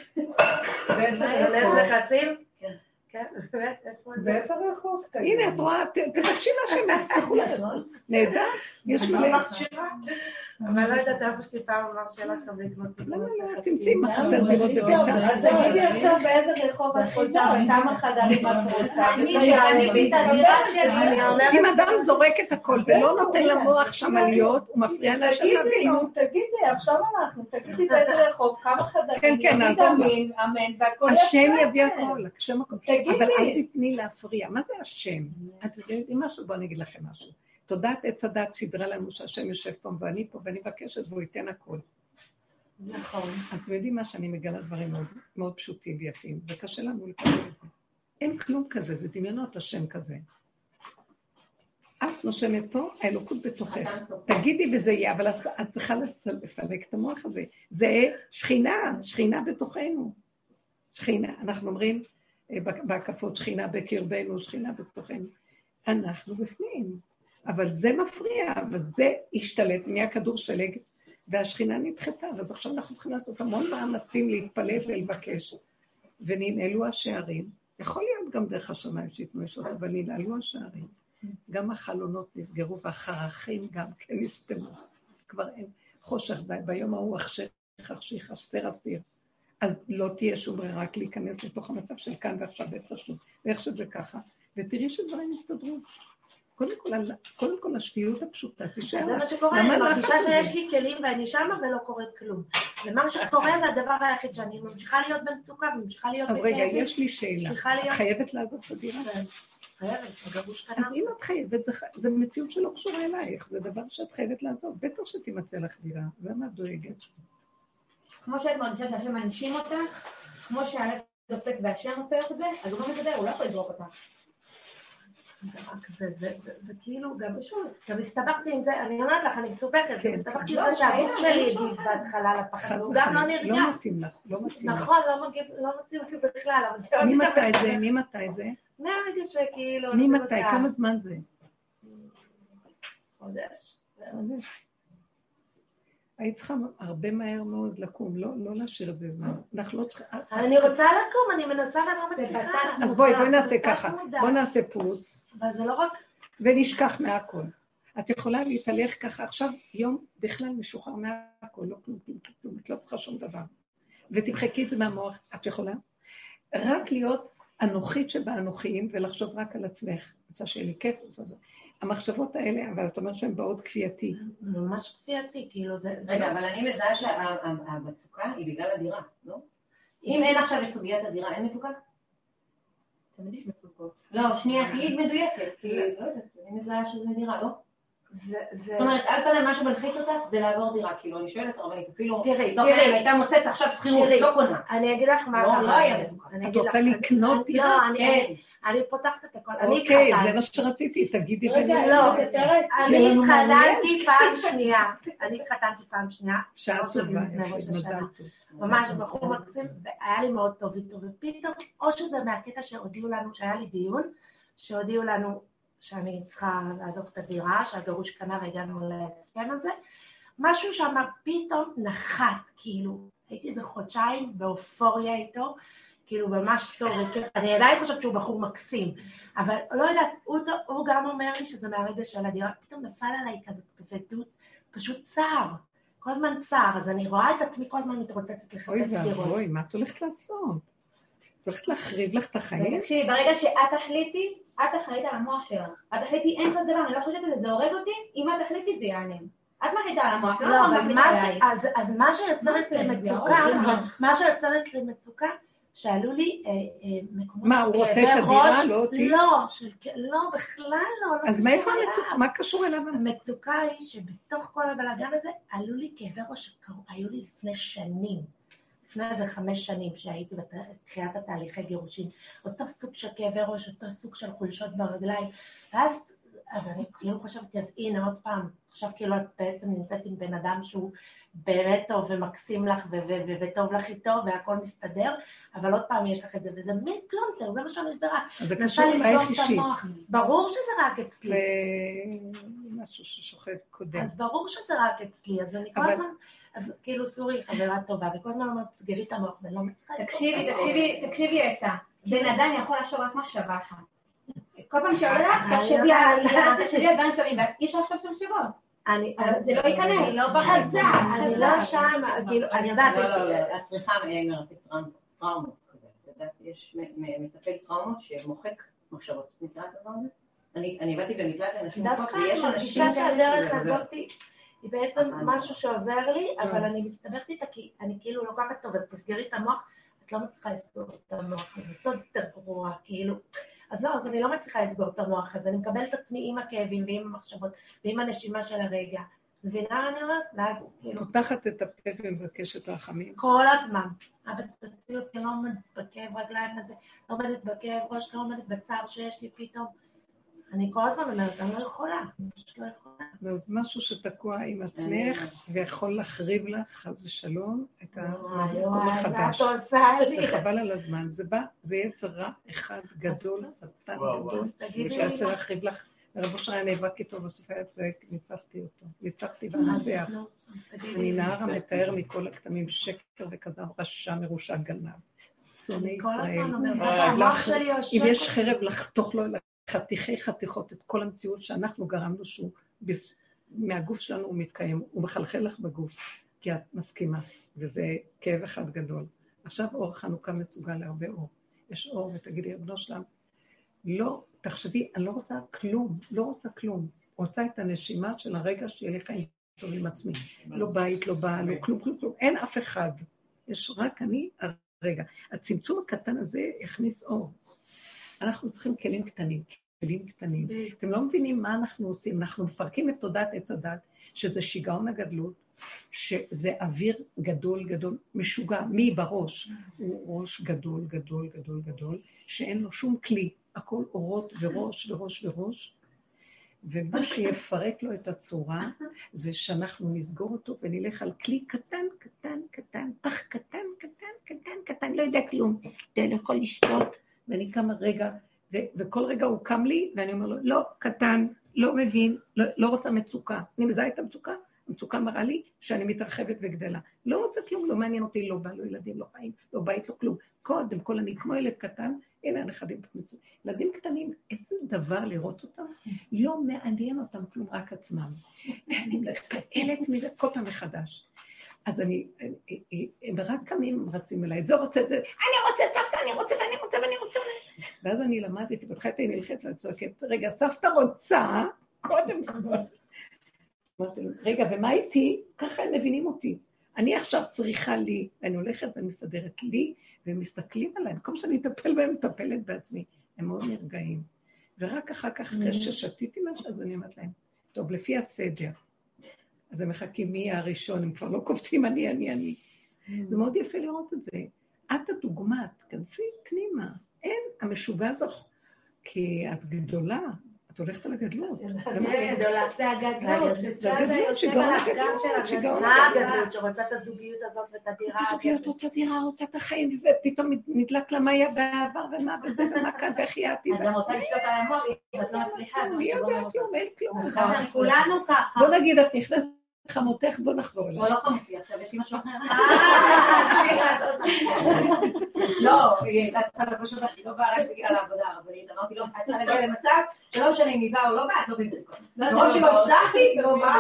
זה לחצים? כן. באיזה רחוק? הנה, את רואה, תבקשי מה שמח, תכו לך. נהדר, יש מלא. אבל לא יודעת, אבא שלי פעם אמר שאלה טוב לקנות. למה לא? תמצאי מה חסר דירות בביתך. תגידי עכשיו באיזה רחוב את רוצה וכמה חדרים את רוצה. אני שקניתי את הדירה שלי, אם אדם זורק את הכל ולא נותן למוח שם עליות, הוא מפריע לה שם להבין. תגידי, עכשיו אנחנו, תגידי באיזה רחוב, כמה חדרים. כן, כן, נעזור לה. אמן, והכל השם יביא הכל, השם הכל. אבל אל תתני להפריע. מה זה השם? את יודעת משהו? בואו נגיד לכם משהו. תודעת עץ הדת סידרה לנו שהשם יושב פה ואני פה ואני מבקשת והוא ייתן הכל. נכון. אז אתם יודעים מה שאני מגלה דברים מאוד, מאוד פשוטים ויפים, זה קשה לנו לקבל את זה. אין כלום כזה, זה דמיונות השם כזה. את נושמת פה, האלוקות בתוכך. תגידי וזה יהיה, אבל את צריכה לפלג את המוח הזה. זה שכינה, שכינה בתוכנו. שכינה, אנחנו אומרים בהקפות שכינה בקרבנו, שכינה בתוכנו. אנחנו בפנים. אבל זה מפריע, וזה השתלט, נהיה כדור שלג, והשכינה נדחתה, אז עכשיו אנחנו צריכים לעשות המון מאמצים להתפלל ולבקש, וננעלו השערים, יכול להיות גם דרך השמיים שיתנו ישות, אבל ננעלו השערים, גם החלונות נסגרו, והחרכים גם כן נסתמו, כבר אין חושך, ביום ההוא החשך, החשיך, אסתר אסיר, אז לא תהיה שום ברירה רק להיכנס לתוך המצב של כאן ועכשיו בתשלום, ואיך שזה ככה, ותראי שדברים יסתדרו. קודם כל, קודם כל השפיות הפשוטה, תשאר. זה מה שקורה, אני מרגישה שיש לי כלים ואני שמה ולא קורית כלום. ומה שקורה זה הדבר היחיד שאני ממשיכה להיות במצוקה, ממשיכה להיות אז רגע, יש לי שאלה. את חייבת לעזוב את הדירה? חייבת, הגרוש קנה. אז אם את חייבת, זה מציאות שלא קשורה אלייך, זה דבר שאת חייבת לעזוב. בטח שתימצא לך דירה, זה מה דואגת. כמו שאת מרגישה שהשם מנשים אותך, כמו שהלב דופק והשם עושה לך את זה, אז הוא לא מדבר, הוא לא יכול לזרוק אותך. זה, זה, זה, זה כאילו גם פשוט, גם הסתבכתי עם זה, אני אומרת לך, אני מסובכת, גם הסתבכתי עם זה שהגוף שלי הגיב בהתחלה לפחד, הוא גם לא נרגע. לא מתאים לך, לא מתאים לך. נכון, לא מתאים לך בכלל, אבל זה... ממתי זה? ממתי זה? מהרגע שכאילו... ממתי? כמה זמן זה? חודש. חודש. היית צריכה הרבה מהר מאוד לקום, לא להשאיר את זה זמן. אנחנו לא צריכים... אני רוצה לקום, אני מנסה ואני לא מצליחה. אז בואי, בואי נעשה ככה. בואי נעשה פוס. אבל זה לא רק... ונשכח מהכל. את יכולה להתהלך ככה עכשיו יום בכלל משוחרר מהכל, לא כלום, כלום, כלום. את לא צריכה שום דבר. ותמחקי את זה מהמוח. את יכולה? רק להיות אנוכית שבאנוכיים ולחשוב רק על עצמך. רוצה שיהיה לי כיף, רוצה זאת. המחשבות האלה, אבל את אומרת שהן באות כפייתי. ממש כפייתי, כאילו זה... רגע, אבל אני מזהה שהמצוקה היא בגלל הדירה, לא? אם אין עכשיו את סוגיית הדירה, אין מצוקה? תמיד יש מצוקות. לא, שנייה, הכי מדויקת, כי לא יודעת, אני מזהה שזה דירה, לא? זאת אומרת, על פנים מה שמלחיץ אותך זה לעבור דירה, כאילו, אני שואלת הרבנית, אפילו... תראי, תראי. אם הייתה מוצאת עכשיו שכירות, לא קונה. אני אגיד לך מה... לא, לא היה מצוקה. את רוצה לקנות דירה? לא, אני פותחת את הכל. אוקיי, זה מה שרציתי, תגידי רגע, לא, אני התחתנתי פעם שנייה. אני התחתנתי פעם שנייה. שעה טובה, מזל טוב. ממש, בחור מקסים, והיה לי מאוד טוב איתו, ופתאום, או שזה מהקטע שהודיעו לנו, שהיה לי דיון, שהודיעו לנו שאני צריכה לעזוב את הדירה, שהגרוש קנה והגענו להסכם הזה, משהו שם פתאום נחת, כאילו, הייתי איזה חודשיים באופוריה איתו, כאילו ממש טוב, אני עדיין חושבת שהוא בחור מקסים, אבל לא יודעת, הוא, הוא גם אומר לי שזה מהרגע של הדירה, פתאום נפל עליי כזאת כבדות, פשוט צער, כל הזמן צער, אז אני רואה את עצמי כל הזמן מתרוצצת לחפש דירות. אוי ואבוי, מה את הולכת לעשות? את הולכת להחריב לך את החיים? תקשיבי, ברגע שאת תחליטי, את אחראית על המוח שלך. את תחליטי, אין כזה דבר, אני לא חושבת את זה, זה הורג אותי, אם את תחליטי זה יענם. את מחליטה על המוח, לא מחליטה עליי. אז מה שיוצרת לי מצוקה, מה שיוצרת לי מצוקה, שאלו לי מקומות... מה, הוא רוצה את הדירה, לא אותי? לא, לא, בכלל לא. אז מאיפה המצוקה? מה קשור אליו? המצוקה היא שבתוך כל הבלגן הזה, עלו לי כאבי ראש, היו לי לפני שנים. לפני איזה חמש שנים שהייתי בתחילת התהליכי גירושין, אותו סוג של כאבי ראש, אותו סוג של חולשות ברגליים, ואז אז אני כאילו חשבתי, אז הנה עוד פעם, עכשיו כאילו את בעצם נמצאת עם בן אדם שהוא באמת טוב ומקסים לך וטוב לך איתו והכל מסתדר, אבל עוד פעם יש לך את זה, וזה מין פלונטר, זה מה שאני מסברה. אז זה קשור אלייך אישית. ברור שזה רק אצלי. משהו ששוכב קודם. אז ברור שזה רק אצלי, אז אני כל הזמן, אז כאילו סורי חברה טובה, וכל הזמן אומרת, סגרי את המוח, ולא מצליחה. תקשיבי, תקשיבי, תקשיבי עצה. בן אדם יכול לחשוב רק מחשבה אחת. כל פעם שעולה לך, תחשבי על העלייה, תחשבי על דברים טובים, ואי אפשר לחשוב שם שבוע. אבל זה לא ייכנס, אני לא בחלצה, אני לא שם, כאילו, אני יודעת... לא, לא, לא, את צריכה מרתק טראומות. יש מטפל טראומות שמוחק מחשבות. מכירה את הדבר הזה? אני הבאתי במקלט לאנשים מוחק, ויש אנשים... דווקא שהדרך הזאת היא בעצם משהו שעוזר לי, אבל אני מסתבכת איתה, כי אני כאילו לוקחת טוב, אז תסגרי את המוח, את לא מצליחה לסגור את המוח, זה טוב יותר גרוע, כאילו... אז לא, אז אני לא מצליחה לסגור את המוח, אז אני מקבלת את עצמי עם הכאבים ועם המחשבות ועם הנשימה של הרגע. מבינה אני אומרת? ואז כאילו... פותחת את הפה ומבקשת רחמים. כל הזמן. אבא תוציא אותי, לא עומדת בכאב רגליים הזה, לא עומדת בכאב ראש, לא עומדת בצער שיש לי פתאום. אני כל הזמן אומרת, אני לא יכולה, אני פשוט לא יכולה. זה משהו שתקוע עם עצמך, ויכול להחריב לך, חס ושלום, את המקום החדש. וחבל על הזמן. זה בא, זה יצר רע אחד גדול, שטן גדול, שיצא להחריב לך. רב אושר היה נאבק איתו, בסוף היה צועק, ניצחתי אותו. ניצחתי ומנצח. אני נער המתאר מכל הכתמים, שקר וכזב, רשע, מרושע, גנב. שונא ישראל. אם יש חרב לחתוך לו חתיכי חתיכות את כל המציאות שאנחנו גרמנו שהוא מהגוף שלנו הוא מתקיים, הוא מחלחל לך בגוף, כי את מסכימה, וזה כאב אחד גדול. עכשיו אור חנוכה מסוגל להרבה אור. יש אור ותגידי, רבנו שלם, לא, תחשבי, אני לא רוצה כלום, לא רוצה כלום. רוצה את הנשימה של הרגע שיהיה לי חיים טוב עם עצמי. לא בית, לא בא, לא כלום, כלום, כלום. אין אף אחד. יש רק אני הרגע. הצמצום הקטן הזה יכניס אור. אנחנו צריכים כלים קטנים, כלים קטנים. אתם לא מבינים מה אנחנו עושים. אנחנו מפרקים את תודעת עץ הדת, שזה שיגעון הגדלות, שזה אוויר גדול גדול, משוגע, מי בראש? הוא ראש גדול גדול גדול גדול, שאין לו שום כלי, הכל אורות וראש וראש וראש, ומה שיפרק לו את הצורה, זה שאנחנו נסגור אותו ונלך על כלי קטן, קטן, קטן, פח קטן, קטן, קטן, קטן, לא יודע כלום, אתה יכול לשתות, ואני קם רגע, ו- וכל רגע הוא קם לי, ואני אומר לו, לא, קטן, לא מבין, לא, לא רוצה מצוקה, אני מזהה את המצוקה, המצוקה מראה לי שאני מתרחבת וגדלה. לא רוצה כלום, לא מעניין אותי, לא בא, לא ילדים, לא חיים, לא בית, לא כלום. קודם כל אני כמו ילד קטן, הנה הנכדים במצוקה. ילדים קטנים, איזה דבר לראות אותם? לא מעניין אותם כלום, רק עצמם. ואני מתפעלת מזה כל פעם מחדש. אז אני, הם רק קמים רצים אליי, זה רוצה, זה, אני רוצה סבתא, אני רוצה, ואני רוצה, ואני רוצה. ואז אני למדתי, בתחילתי נלחץ על צועקת, רגע, סבתא רוצה, קודם כל. אמרתי לו, רגע, ומה איתי? ככה הם מבינים אותי. אני עכשיו צריכה לי, ואני הולכת ומסתדרת לי, והם מסתכלים עליי, במקום שאני אטפל בהם, מטפלת בעצמי. הם מאוד נרגעים. ורק אחר כך, אחרי ששתיתי משהו, אז אני אומרת להם, טוב, לפי הסדר. אז הם מחכים מי הראשון, הם כבר לא קופצים, אני, אני, אני. זה מאוד יפה לראות את זה. את הדוגמה, תכנסי פנימה. אין, המשוגע זו, כי את גדולה, את הולכת על הגדלות. זה הגדלות, זה הגדלות, שגאון הגדלות. מה הגדלות, שרוצה את הזוגיות הזאת ואת הדירה? את הזוגיות, רוצה דירה, רוצה את החיים, ופתאום נדלק לה מה היה בעבר, ומה וזה, ומה כאן, ואיך יעתי. את גם רוצה לשתות על המוח, אם את לא מצליחה, מי יודע, כלום, אין כלום. כולנו ככה. בוא נגיד, את נכנסת חמותך, בוא נחזור אליה. או לא חמותי, עכשיו יש לי משהו אחר. לא, אתה פשוט לא באה רק בגלל העבודה הרבנית, אמרתי לו, את צריכה להגיע למצב שלא משנה אם היא באה או לא באה, את לא במצוקות. לא שלא הצלחתי, ולא באה.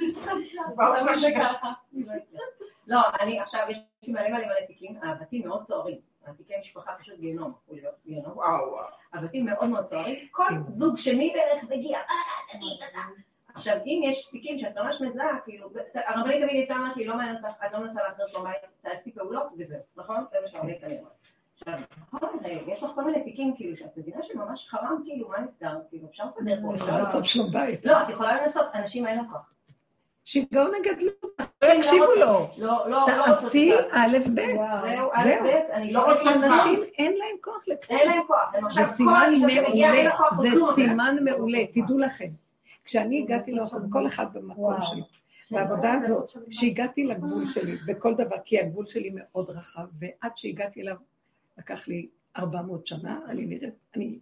לא, אני עכשיו, יש לי מלא מלא מלא תיקים, הבתים מאוד צוערים, התיקי משפחה פשוט גיהנום, הבתים מאוד מאוד צוערים, כל זוג שני בערך מגיע, עכשיו, אם יש תיקים שאת ממש מזהה, כאילו, הרבנית תמיד הייתה אמרת שהיא לא מעניינת לך, את לא מנסה להחזיר שלום בית, תעשי פעולות וזהו, נכון? זה מה שהרבנית כנראה. עכשיו, יש לך כל מיני תיקים, כאילו, שאת מבינה שממש חרם, כאילו, מה נסגר? כאילו, אפשר לסדר פה. אפשר לעשות שלום בית. לא, את יכולה לנסות, אנשים אין לך. שיגעון הגדלות, לא יקשיבו לו. לא, לא, לא. תעשי א' ב'. זהו, א' ב', אני לא רוצה... אנשים אין להם כוח לכלום. אין להם כוח. זה סימן מעולה, זה סימן מעולה, תדעו לכם. כשאני הגעתי לאופן, כל אחד במקום שלי, בעבודה הזאת, שהגעתי לגבול שלי, בכל דבר, כי הגבול שלי מאוד רחב, ועד שהגעתי אליו, לקח לי ארבע מאות שנה, אני נראית, אני...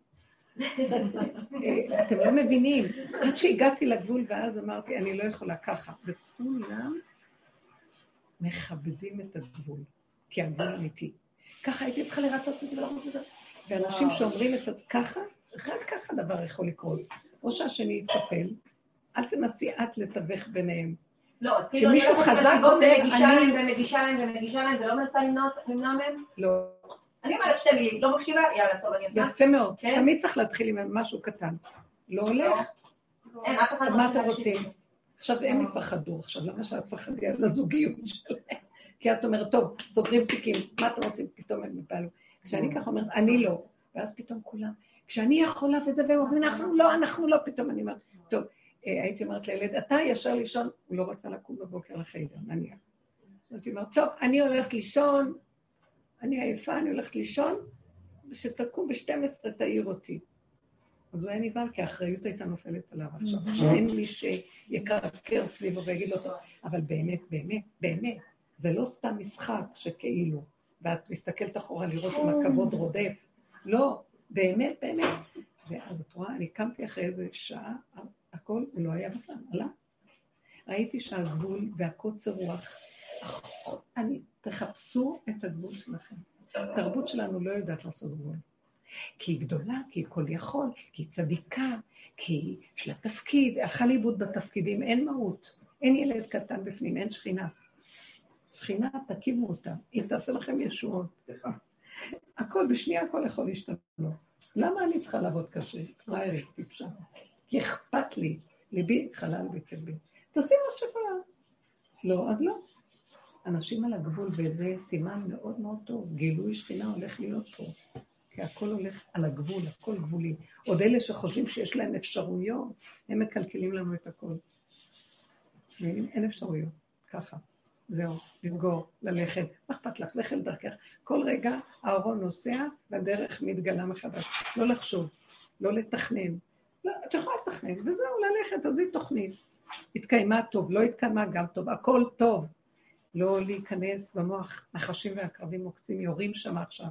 אתם לא מבינים, עד שהגעתי לגבול, ואז אמרתי, אני לא יכולה ככה, וכולם מכבדים את הגבול, כי הגבול אמיתי. ככה הייתי צריכה לרצות את זה, ואנשים שאומרים את זה ככה, רק ככה דבר יכול לקרות. או שהשני יתקפל, אל תנסי את לתווך ביניהם. לא, אז כאילו אני לא חזק ומגישה להם ומגישה להם ומגישה להם ולא מנסה למנוע מהם? לא. אני אומרת שתי מילים, לא מקשיבה, יאללה, טוב, אני עושה. יפה מאוד. תמיד צריך להתחיל עם משהו קטן. לא הולך? אין, אף אחד אז מה אתם רוצים? עכשיו הם יפחדו, עכשיו למה שאת פחדי על הזוגיות שלהם? כי את אומרת, טוב, סוגרים תיקים, מה אתם רוצים? פתאום הם יפעלו. כשאני ככה אומרת, אני לא. ואז פתאום כולם, כשאני יכולה וזה, ואומרים, אנחנו לא, אנחנו לא, פתאום אני אומרת, טוב, הייתי אומרת לילד, אתה ישר לישון, הוא לא רצה לקום בבוקר לחדר, נניח. הייתי אומרת, טוב, אני הולכת לישון, אני עייפה, אני הולכת לישון, ושתקום ב-שתים עשרה תעיר אותי. אז הוא היה נבהל, כי האחריות הייתה נופלת עליו עכשיו. שאין מי שיקרקר סביבו ויגיד לו, אבל באמת, באמת, באמת, זה לא סתם משחק שכאילו, ואת מסתכלת אחורה לראות אם הכבוד רודף. לא, באמת, באמת. ואז את רואה, אני קמתי אחרי איזה שעה, הכל, הוא לא היה בכלל, עלה. ראיתי שהגבול והקוצר רוח, אני, תחפשו את הגבול שלכם. התרבות שלנו לא יודעת לעשות גבול. כי היא גדולה, כי היא כל יכול, כי היא צדיקה, כי יש לה תפקיד, הלכה לאיבוד בתפקידים, אין מהות, אין ילד קטן בפנים, אין שכינה. שכינה, תקימו אותה, היא תעשה לכם ישועות. הכל, בשנייה הכל יכול להשתנות. למה אני צריכה לעבוד קשה? פריירי, טיפשה. כי אכפת לי, ליבי חלל בקרבי. תעשי מה שבא. לא, אז לא. אנשים על הגבול, וזה סימן מאוד מאוד טוב. גילוי שכינה הולך להיות פה. כי הכל הולך על הגבול, הכל גבולי. עוד אלה שחושבים שיש להם אפשרויות, הם מקלקלים לנו את הכל. אין אפשרויות, ככה. זהו, לסגור, ללכת. מה אכפת לך? לכת לדרכך. כל רגע האורון נוסע, והדרך מתגלה מחדש. לא לחשוב, לא לתכנן. לא, את יכולה לתכנן, וזהו, ללכת, אז היא תוכנית. התקיימה טוב, לא התקיימה גם טוב, הכל טוב. לא להיכנס במוח, נחשים והקרבים מוקצים, יורים שם עכשיו.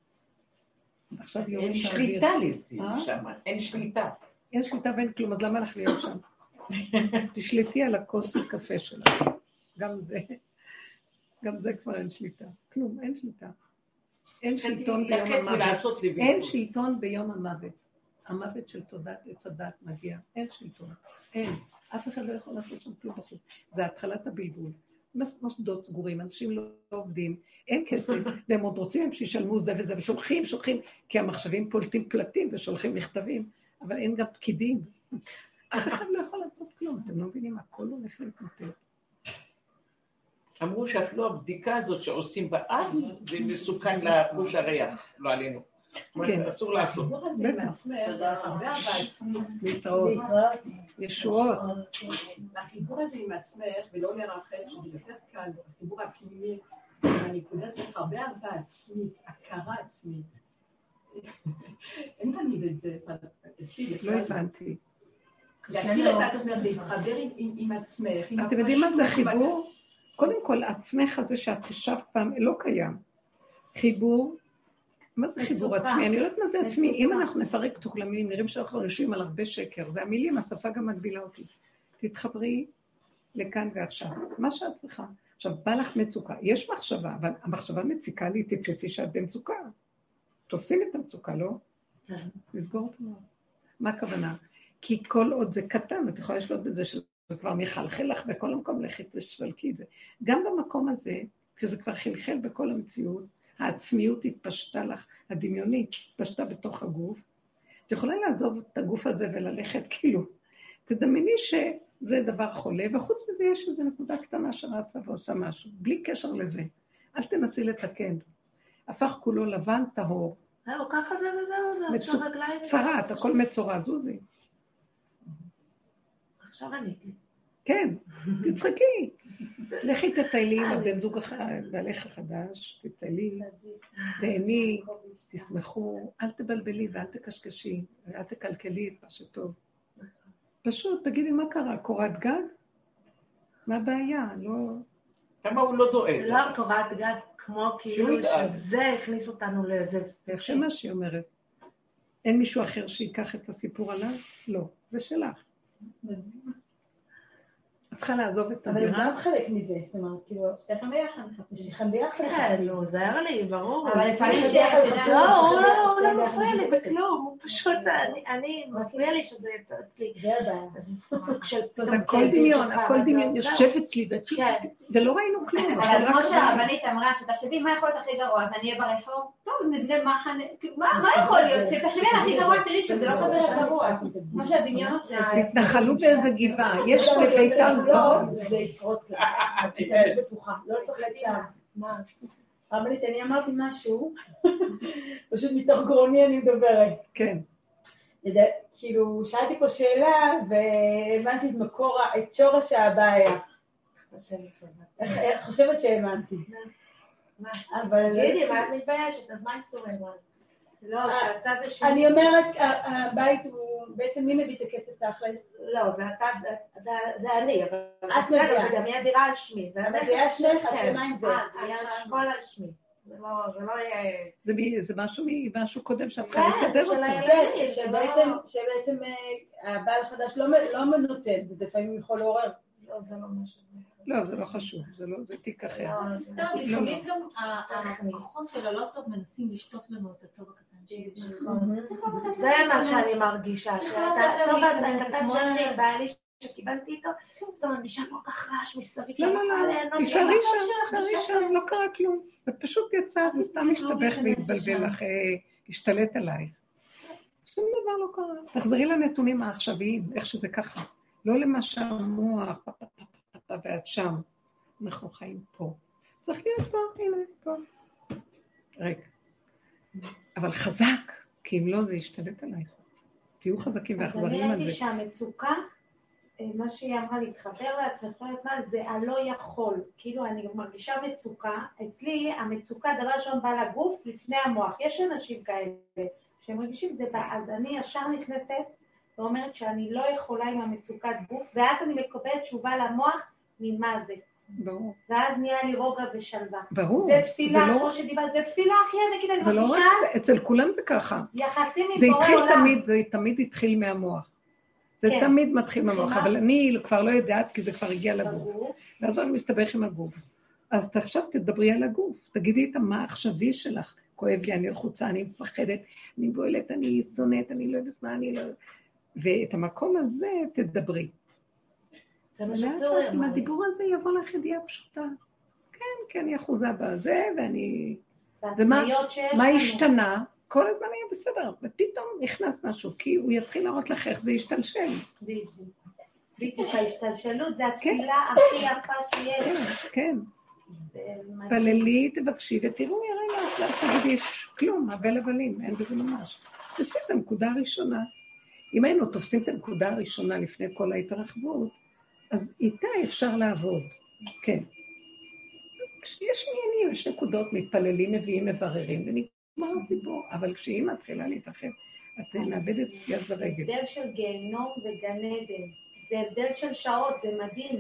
אין שליטה לזה שם, אין שליטה. אין שליטה ואין כלום, אז למה לך להיות שם? תשליטי על הכוס הקפה שלך. גם זה, גם זה כבר אין שליטה. כלום, אין שליטה. אין שלטון ביום המוות. אין שלטון ביום המוות. המוות של תודעת עץ הדת מגיע. אין שלטון. אין. אף אחד לא יכול לעשות שם כלום בחוץ. זה התחלת הבלבול. מוסדות סגורים, אנשים לא עובדים, אין כסף, והם עוד רוצים שישלמו זה וזה, ושולחים, שולחים, כי המחשבים פולטים פלטים ושולחים מכתבים, אבל אין גם פקידים. אף אחד לא יכול לעשות כלום, אתם לא מבינים, הכל הולך להתמוטט. אמרו שאפילו הבדיקה הזאת שעושים באב, זה מסוכן לחוש הריח, לא עלינו. אסור לעשות. להתראות. ישועות. החיבור הזה עם עצמך, ולא לרחל, שזה יותר קל, החיבור הפנימי, הנקודה הזאת, הרבה אהבה עצמית, הכרה עצמית. אין תמיד את זה, לא הבנתי. להכיר את עצמך, להתחבר עם עצמך. אתם יודעים מה זה חיבור? קודם כל, עצמך הזה שאת חשבת פעם, לא קיים. חיבור, מה זה חיבור עצמי? אני לא יודעת מה זה עצמי. אם אנחנו נפרק אותו למילים, נראים שאנחנו יושבים על הרבה שקר. זה המילים, השפה גם מגבילה אותי. תתחברי לכאן ועכשיו. מה שאת צריכה. עכשיו, בא לך מצוקה. יש מחשבה, אבל המחשבה מציקה לי, תתפסי שאת במצוקה. תופסים את המצוקה, לא? לסגור אותו. מה הכוונה? כי כל עוד זה קטן, את יכולה לשלוט בזה שזה כבר מחלחל לך בכל המקום, לכי תשתלקי את זה. גם במקום הזה, כשזה כבר חלחל בכל המציאות, העצמיות התפשטה לך, הדמיונית התפשטה בתוך הגוף. את יכולה לעזוב את הגוף הזה וללכת כאילו. תדמייני שזה דבר חולה, וחוץ מזה יש איזו נקודה קטנה שרצה ועושה משהו, בלי קשר לזה. אל תנסי לתקן. הפך כולו לבן טהור. זהו, ככה זה וזהו, זה עכשיו רגליים. צרת, הכל מצורה, זוזי. עכשיו עניתי. כן, תצחקי. לכי תטיילי עם הבן זוג בעלך החדש, תטיילי, תהני, תשמחו, אל תבלבלי ואל תקשקשי, ואל תקלקלי את מה שטוב. פשוט, תגידי מה קרה, קורת גג? מה הבעיה? לא... כמה הוא לא דואג? זה לא קורת גג כמו כאילו שזה הכניס אותנו לאיזה... זה עכשיו מה שהיא אומרת. אין מישהו אחר שיקח את הסיפור עליו? לא, זה שלך. את צריכה לעזוב את אבל הדירה. זה גם חלק מזה, זאת אומרת, כאילו... שתכם ביחד. שתכם ביחד. כן, נו, זה היה לי, ברור. אבל לפעמים שיהיה... לא, הוא לא מפריע לי בכלום, הוא פשוט, אני, מפריע לי שזה אצלי. זה הבעיה. הכל דמיון, הכל דמיון, יושב אצלי, ולא ראינו כלום. אבל כמו שהרבנית אמרה, שתחשבי מה יכול להיות הכי גרוע, אז אני אהיה ברחוב, טוב, נבנה מחנה, מה יכול להיות? תחשבי על הכי גרוע, תראי שזה לא כזה גרוע. כמו שהדמיון... תתנחלו באיזה גבעה, יש לביתם לא... זה יפרוץ לה, אני בטוחה, לא לפחד שם. מה? רבנית, אני אמרתי משהו, פשוט מתוך גרוני אני מדברת. כן. כאילו, שאלתי פה שאלה, והבנתי את מקור, את שורש הבעיה. חושבת שהאמנתי. אבל... תגידי, מה את מתביישת? אז מה איסור האמון? לא, שהצד השני... אני אומרת, הבית הוא... בעצם מי מביא את הכסף תכלס? לא, זה אני, אבל... את מביאה. זה גם יהיה דירה על שמי. אבל זה יהיה שמך, השמה עם זה. זה יהיה הכל על שמי. זה לא יהיה... זה משהו קודם שאת צריכה לסדר אותו. כן, שבעצם הבעל החדש לא מנותן, וזה לפעמים יכול לעורר. לא, זה לא משהו. לא, זה לא חשוב, זה תיק אחר. לפעמים גם הכוחות של הלא טוב מנסים לשתות לנו את הטוב הקטן שלי. זה מה שאני מרגישה, שהטוב הקטן שלי, בעלי שקיבלתי איתו, פתאום אני נשאר כל כך רעש מסביב. לא, לא, לא, תשארי שם, תשארי שם, לא קרה כלום. את פשוט יצאת, וסתם השתבך והתבלבל לך, השתלט עליי. שום דבר לא קרה. תחזרי לנתונים העכשוויים, איך שזה ככה. לא למה שהמוח, ואת שם. אנחנו חיים פה. צריך להיות פה, הנה, פה. רגע. אבל חזק, כי אם לא, זה ישתלט עלייך. תהיו חזקים ואחזרים על זה. אז אני ראיתי שהמצוקה, מה שהיא אמרה להתחבר לעצמך, זה הלא יכול. כאילו, אני מרגישה מצוקה. אצלי, המצוקה, דבר ראשון, בא לגוף לפני המוח. יש אנשים כאלה שהם מרגישים, זה בא. אז אני ישר נכנסת ואומרת שאני לא יכולה עם המצוקת גוף, ואז אני מקבלת תשובה למוח ממה זה. ברור. ואז נהיה לי רוגע ושלווה. ברור. זה תפילה, כמו שדיבר, זה תפילה, אחי, נגיד, אני מרגישה... זה לא רק, אצל כולם זה ככה. יחסים עם זה בורא התחיל עולם. תמיד, זה תמיד התחיל מהמוח. זה כן. תמיד מתחיל מהמוח, אבל אני כבר לא יודעת, כי זה כבר הגיע לגוף. ואז אני מסתבך עם הגוף. אז עכשיו תדברי על הגוף, תגידי את מה העכשווי שלך. כואב לי, אני לחוצה, אני מפחדת, אני בועלת, אני שונאת, אני לא יודעת מה, אני לא... ואת המקום הזה תדברי. זה מה שצורי. עם הדיבור הזה יבוא לך ידיעה פשוטה. כן, כן, היא אחוזה בזה, ואני... ומה השתנה? כל הזמן היה בסדר, ופתאום נכנס משהו, כי הוא יתחיל להראות לך איך זה ישתלשל. בדיוק, ההשתלשלות זה התפילה הכי יפה שיש. כן, כן. פללי, תבקשי, ותראו, יראה לך, לא תגידי, יש כלום, אבל הבלים, אין בזה ממש. תעשי את הנקודה הראשונה. אם היינו תופסים את הנקודה הראשונה לפני כל ההתרחבות, אז איתה אפשר לעבוד, כן. יש עניינים, יש נקודות, מתפללים, מביאים, מבררים, ונגמר הסיפור, אבל כשהיא מתחילה להתאחד, את מאבדת יד ורגל. זה הבדל של גיהנום וגן עדן, זה הבדל של שעות, זה מדהים.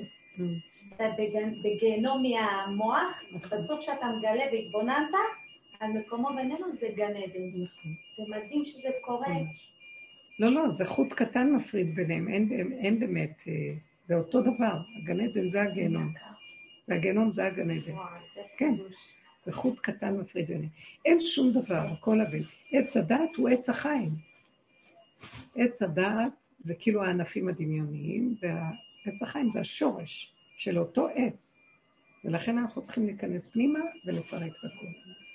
בגיהנום מהמוח, בסוף שאתה מגלה והתבוננת, על מקומו בינינו זה גן עדן. זה מדהים שזה קורה. לא, לא, זה חוט קטן מפריד ביניהם, אין, אין באמת, זה אותו דבר, הגן עדן זה הגיהנום, והגיהנום זה הגן עדן. כן, זה חוט קטן מפריד ביניהם. אין שום דבר, הכל הבין. עץ הדעת הוא עץ החיים. עץ הדעת זה כאילו הענפים הדמיוניים, והעץ החיים זה השורש של אותו עץ. ולכן אנחנו צריכים להיכנס פנימה ולפרק את הכל.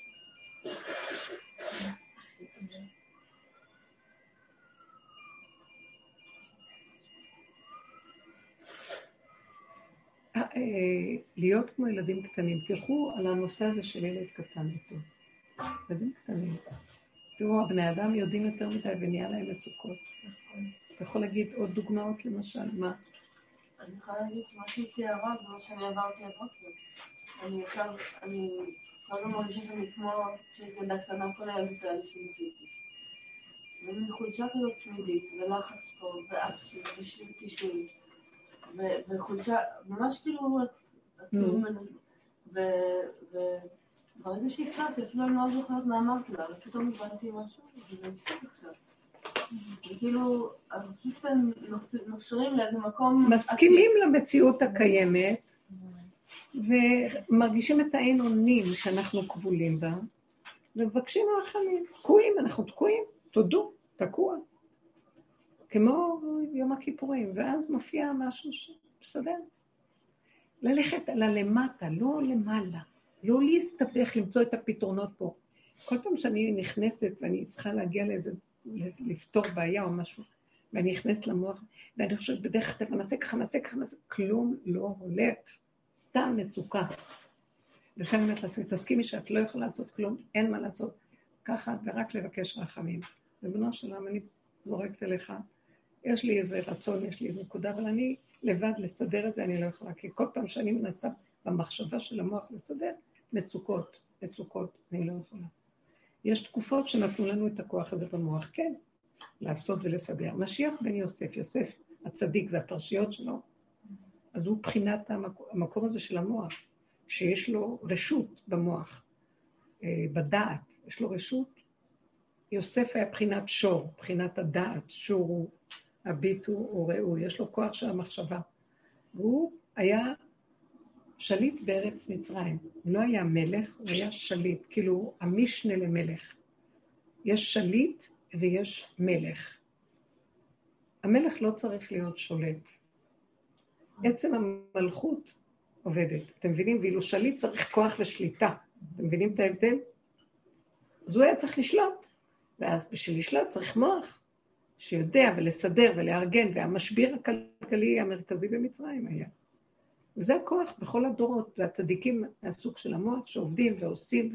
להיות כמו ילדים קטנים, תלכו על הנושא הזה של ילד קטן וטוב. ילדים קטנים. תראו, הבני אדם יודעים יותר מדי ונהיה להם מצוקות. אתה יכול להגיד עוד דוגמאות למשל, מה? אני יכולה להגיד שמה שהייתי הרע, זה מה שאני עברתי הבוקר. אני עכשיו, אני כבר גם מרגישה שאני כמו שהייתי ילדה קטנה, כל היום הייתה לי שמציתי. ואני חולשה כזאת תמידית, ולחץ פה, ואפשי, ושישוי. וחולשה, ממש כאילו, וברגע שהתחלתי, אפילו אני לא זוכרת מה אמרתי לה, ופתאום הבנתי משהו, וזה נפסק עכשיו. כאילו, אז פשוט נושרים לאיזה מקום... מסכימים למציאות הקיימת, ומרגישים את העין אונים שאנחנו כבולים בה, ומבקשים רחמים. תקועים, אנחנו תקועים, תודו, תקוע. כמו יום הכיפורים, ואז מופיע משהו שבסדר. ללכת על הלמטה, לא למעלה. לא להסתבך למצוא את הפתרונות פה. כל פעם שאני נכנסת ואני צריכה להגיע לאיזה, לפתור בעיה או משהו, ואני נכנסת למוח, ואני חושבת בדרך כלל, נעשה ככה, נעשה ככה, נעשה, כלום לא הולך. סתם מצוקה. וכאן אומרת לעצמי, תסכימי שאת לא יכולה לעשות כלום, אין מה לעשות. ככה, ורק לבקש רחמים. ובנו שלם, אני זורקת אליך, יש לי איזה רצון, יש לי איזה נקודה, אבל אני לבד לסדר את זה, אני לא יכולה. כי כל פעם שאני מנסה במחשבה של המוח לסדר, מצוקות, מצוקות, אני לא יכולה. יש תקופות שנתנו לנו את הכוח הזה במוח, כן, לעשות ולסדר. משיח בן יוסף, יוסף הצדיק, זה הפרשיות שלו, אז הוא בחינת המקום, המקום הזה של המוח, שיש לו רשות במוח, בדעת, יש לו רשות. יוסף היה בחינת שור, בחינת הדעת, שור הוא, הביט הוא, הוא ראו, יש לו כוח של המחשבה. והוא היה שליט בארץ מצרים, הוא לא היה מלך, הוא היה שליט, כאילו המשנה למלך. יש שליט ויש מלך. המלך לא צריך להיות שולט. עצם המלכות עובדת, אתם מבינים? ואילו שליט צריך כוח לשליטה, אתם מבינים את ההבדל? אז הוא היה צריך לשלוט, ואז בשביל לשלוט צריך מוח, שיודע ולסדר ולארגן, והמשביר הכלכלי המרכזי במצרים היה. וזה הכוח בכל הדורות, זה הצדיקים מהסוג של המוח שעובדים ועושים,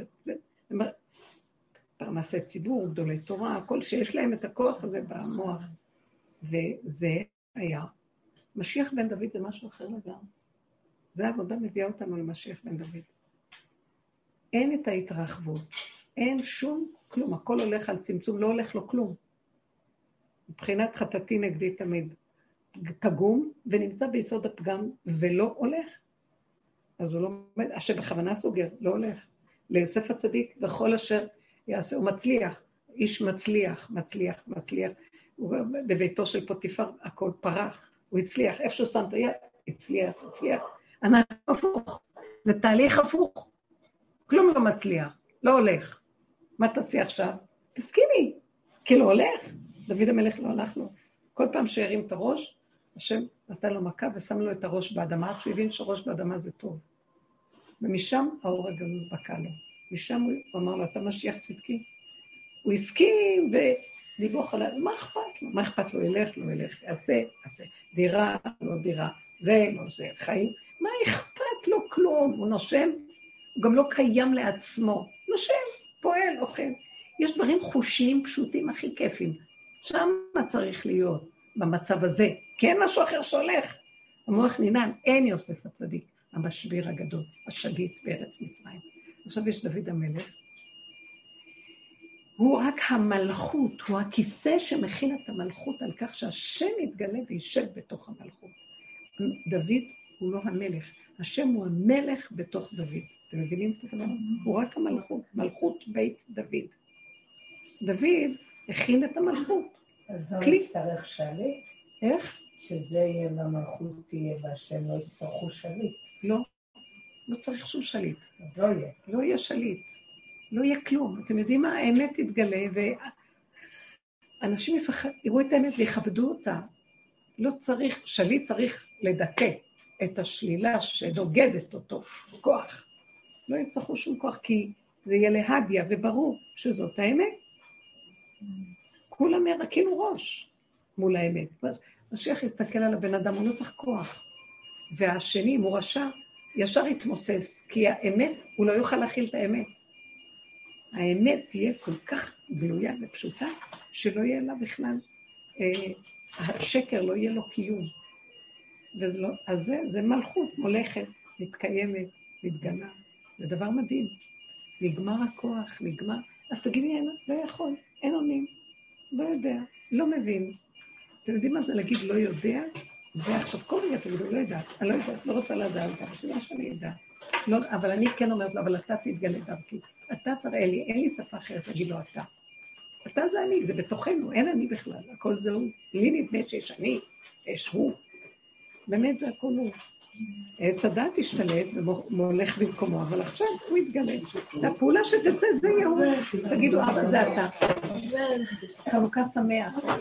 פרנסי ציבור, גדולי תורה, הכל שיש להם את הכוח הזה במוח, וזה היה. משיח בן דוד זה משהו אחר לגמרי. זה העבודה מביאה אותנו למשיח בן דוד. אין את ההתרחבות, אין שום כלום, הכל הולך על צמצום, לא הולך לו כלום. מבחינת חטאתי נגדי תמיד פגום, ונמצא ביסוד הפגם ולא הולך. אז הוא לא, אשר בכוונה סוגר, לא הולך. ליוסף הצדיק, וכל אשר יעשה, הוא מצליח, איש מצליח, מצליח, מצליח. הוא בביתו של פוטיפר, הכל פרח. הוא הצליח, איפה שהוא שם את היד, הצליח, הצליח. אנחנו הפוך, זה תהליך הפוך. כלום לא מצליח, לא הולך. מה תעשי עכשיו? תסכימי, כי לא הולך. דוד המלך לא הלך לו. כל פעם שהרים את הראש, השם נתן לו מכה ושם לו את הראש באדמה, עד שהוא הבין שראש באדמה זה טוב. ומשם האור הגנוז בקע לו. משם הוא אמר לו, אתה משיח צדקי. הוא הסכים ודיווח עליו, מה אכפת לו? מה אכפת לו? ילך, לא ילך, יעשה, יעשה. דירה, לא דירה, זה, לא זה, חיים. מה אכפת לו כלום? הוא נושם, הוא גם לא קיים לעצמו. נושם, פועל, אוכל. יש דברים חושיים פשוטים הכי כיפים. שם מה צריך להיות במצב הזה? כי אין משהו אחר שהולך. המוח נינן, אין יוסף הצדיק, המשביר הגדול, השליט בארץ מצרים. עכשיו יש דוד המלך. הוא רק המלכות, הוא הכיסא שמכין את המלכות על כך שהשם יתגלה וישב בתוך המלכות. דוד הוא לא המלך, השם הוא המלך בתוך דוד. אתם מבינים את הדבר? הוא רק המלכות, מלכות בית דוד. דוד הכין את המלכות. אז לא יצטרך שליט? איך? שזה יהיה במלכות תהיה והשם לא יצטרכו שליט. לא, לא צריך שום שליט. אז לא יהיה. לא יהיה שליט. לא יהיה כלום. אתם יודעים מה? האמת תתגלה, ואנשים יראו את האמת ויכבדו אותה. לא צריך, שליט צריך לדכא את השלילה שנוגדת אותו, כוח. לא יצטרכו שום כוח, כי זה יהיה להדיה, וברור שזאת האמת. כולם מרקינו ראש מול האמת. משיח יסתכל על הבן אדם, הוא לא צריך כוח. והשני, אם הוא רשע, ישר יתמוסס, כי האמת, הוא לא יוכל להכיל את האמת. האמת תהיה כל כך גלויה ופשוטה, שלא יהיה לה בכלל, אה, השקר לא יהיה לו קיום. ולא, אז זה, זה מלכות, מולכת, מתקיימת, מתגלה. זה דבר מדהים. נגמר הכוח, נגמר. אז תגידי, אין, לא יכול, אין עונים, לא יודע, לא מבין. אתם יודעים מה זה להגיד לא יודע? זה עכשיו כל רגע תגידו, לא יודעת, אני לא יודעת, לא רוצה לדעת, אבל שמה שאני יודעת. לא, אבל אני כן אומרת לו, אבל אתה תתגלה דרכי. אתה תראה לי, אין לי שפה אחרת, תגיד לו אתה. אתה זה אני, זה בתוכנו, אין אני בכלל, הכל זה הוא. לי נדמה שיש אני, יש הוא. באמת זה הכל הוא. עץ הדת השתלט ומולך במקומו, אבל עכשיו הוא יתגלה. הפעולה שתצא זה יהוא. תגידו, אבא זה אתה. חנוכה שמח.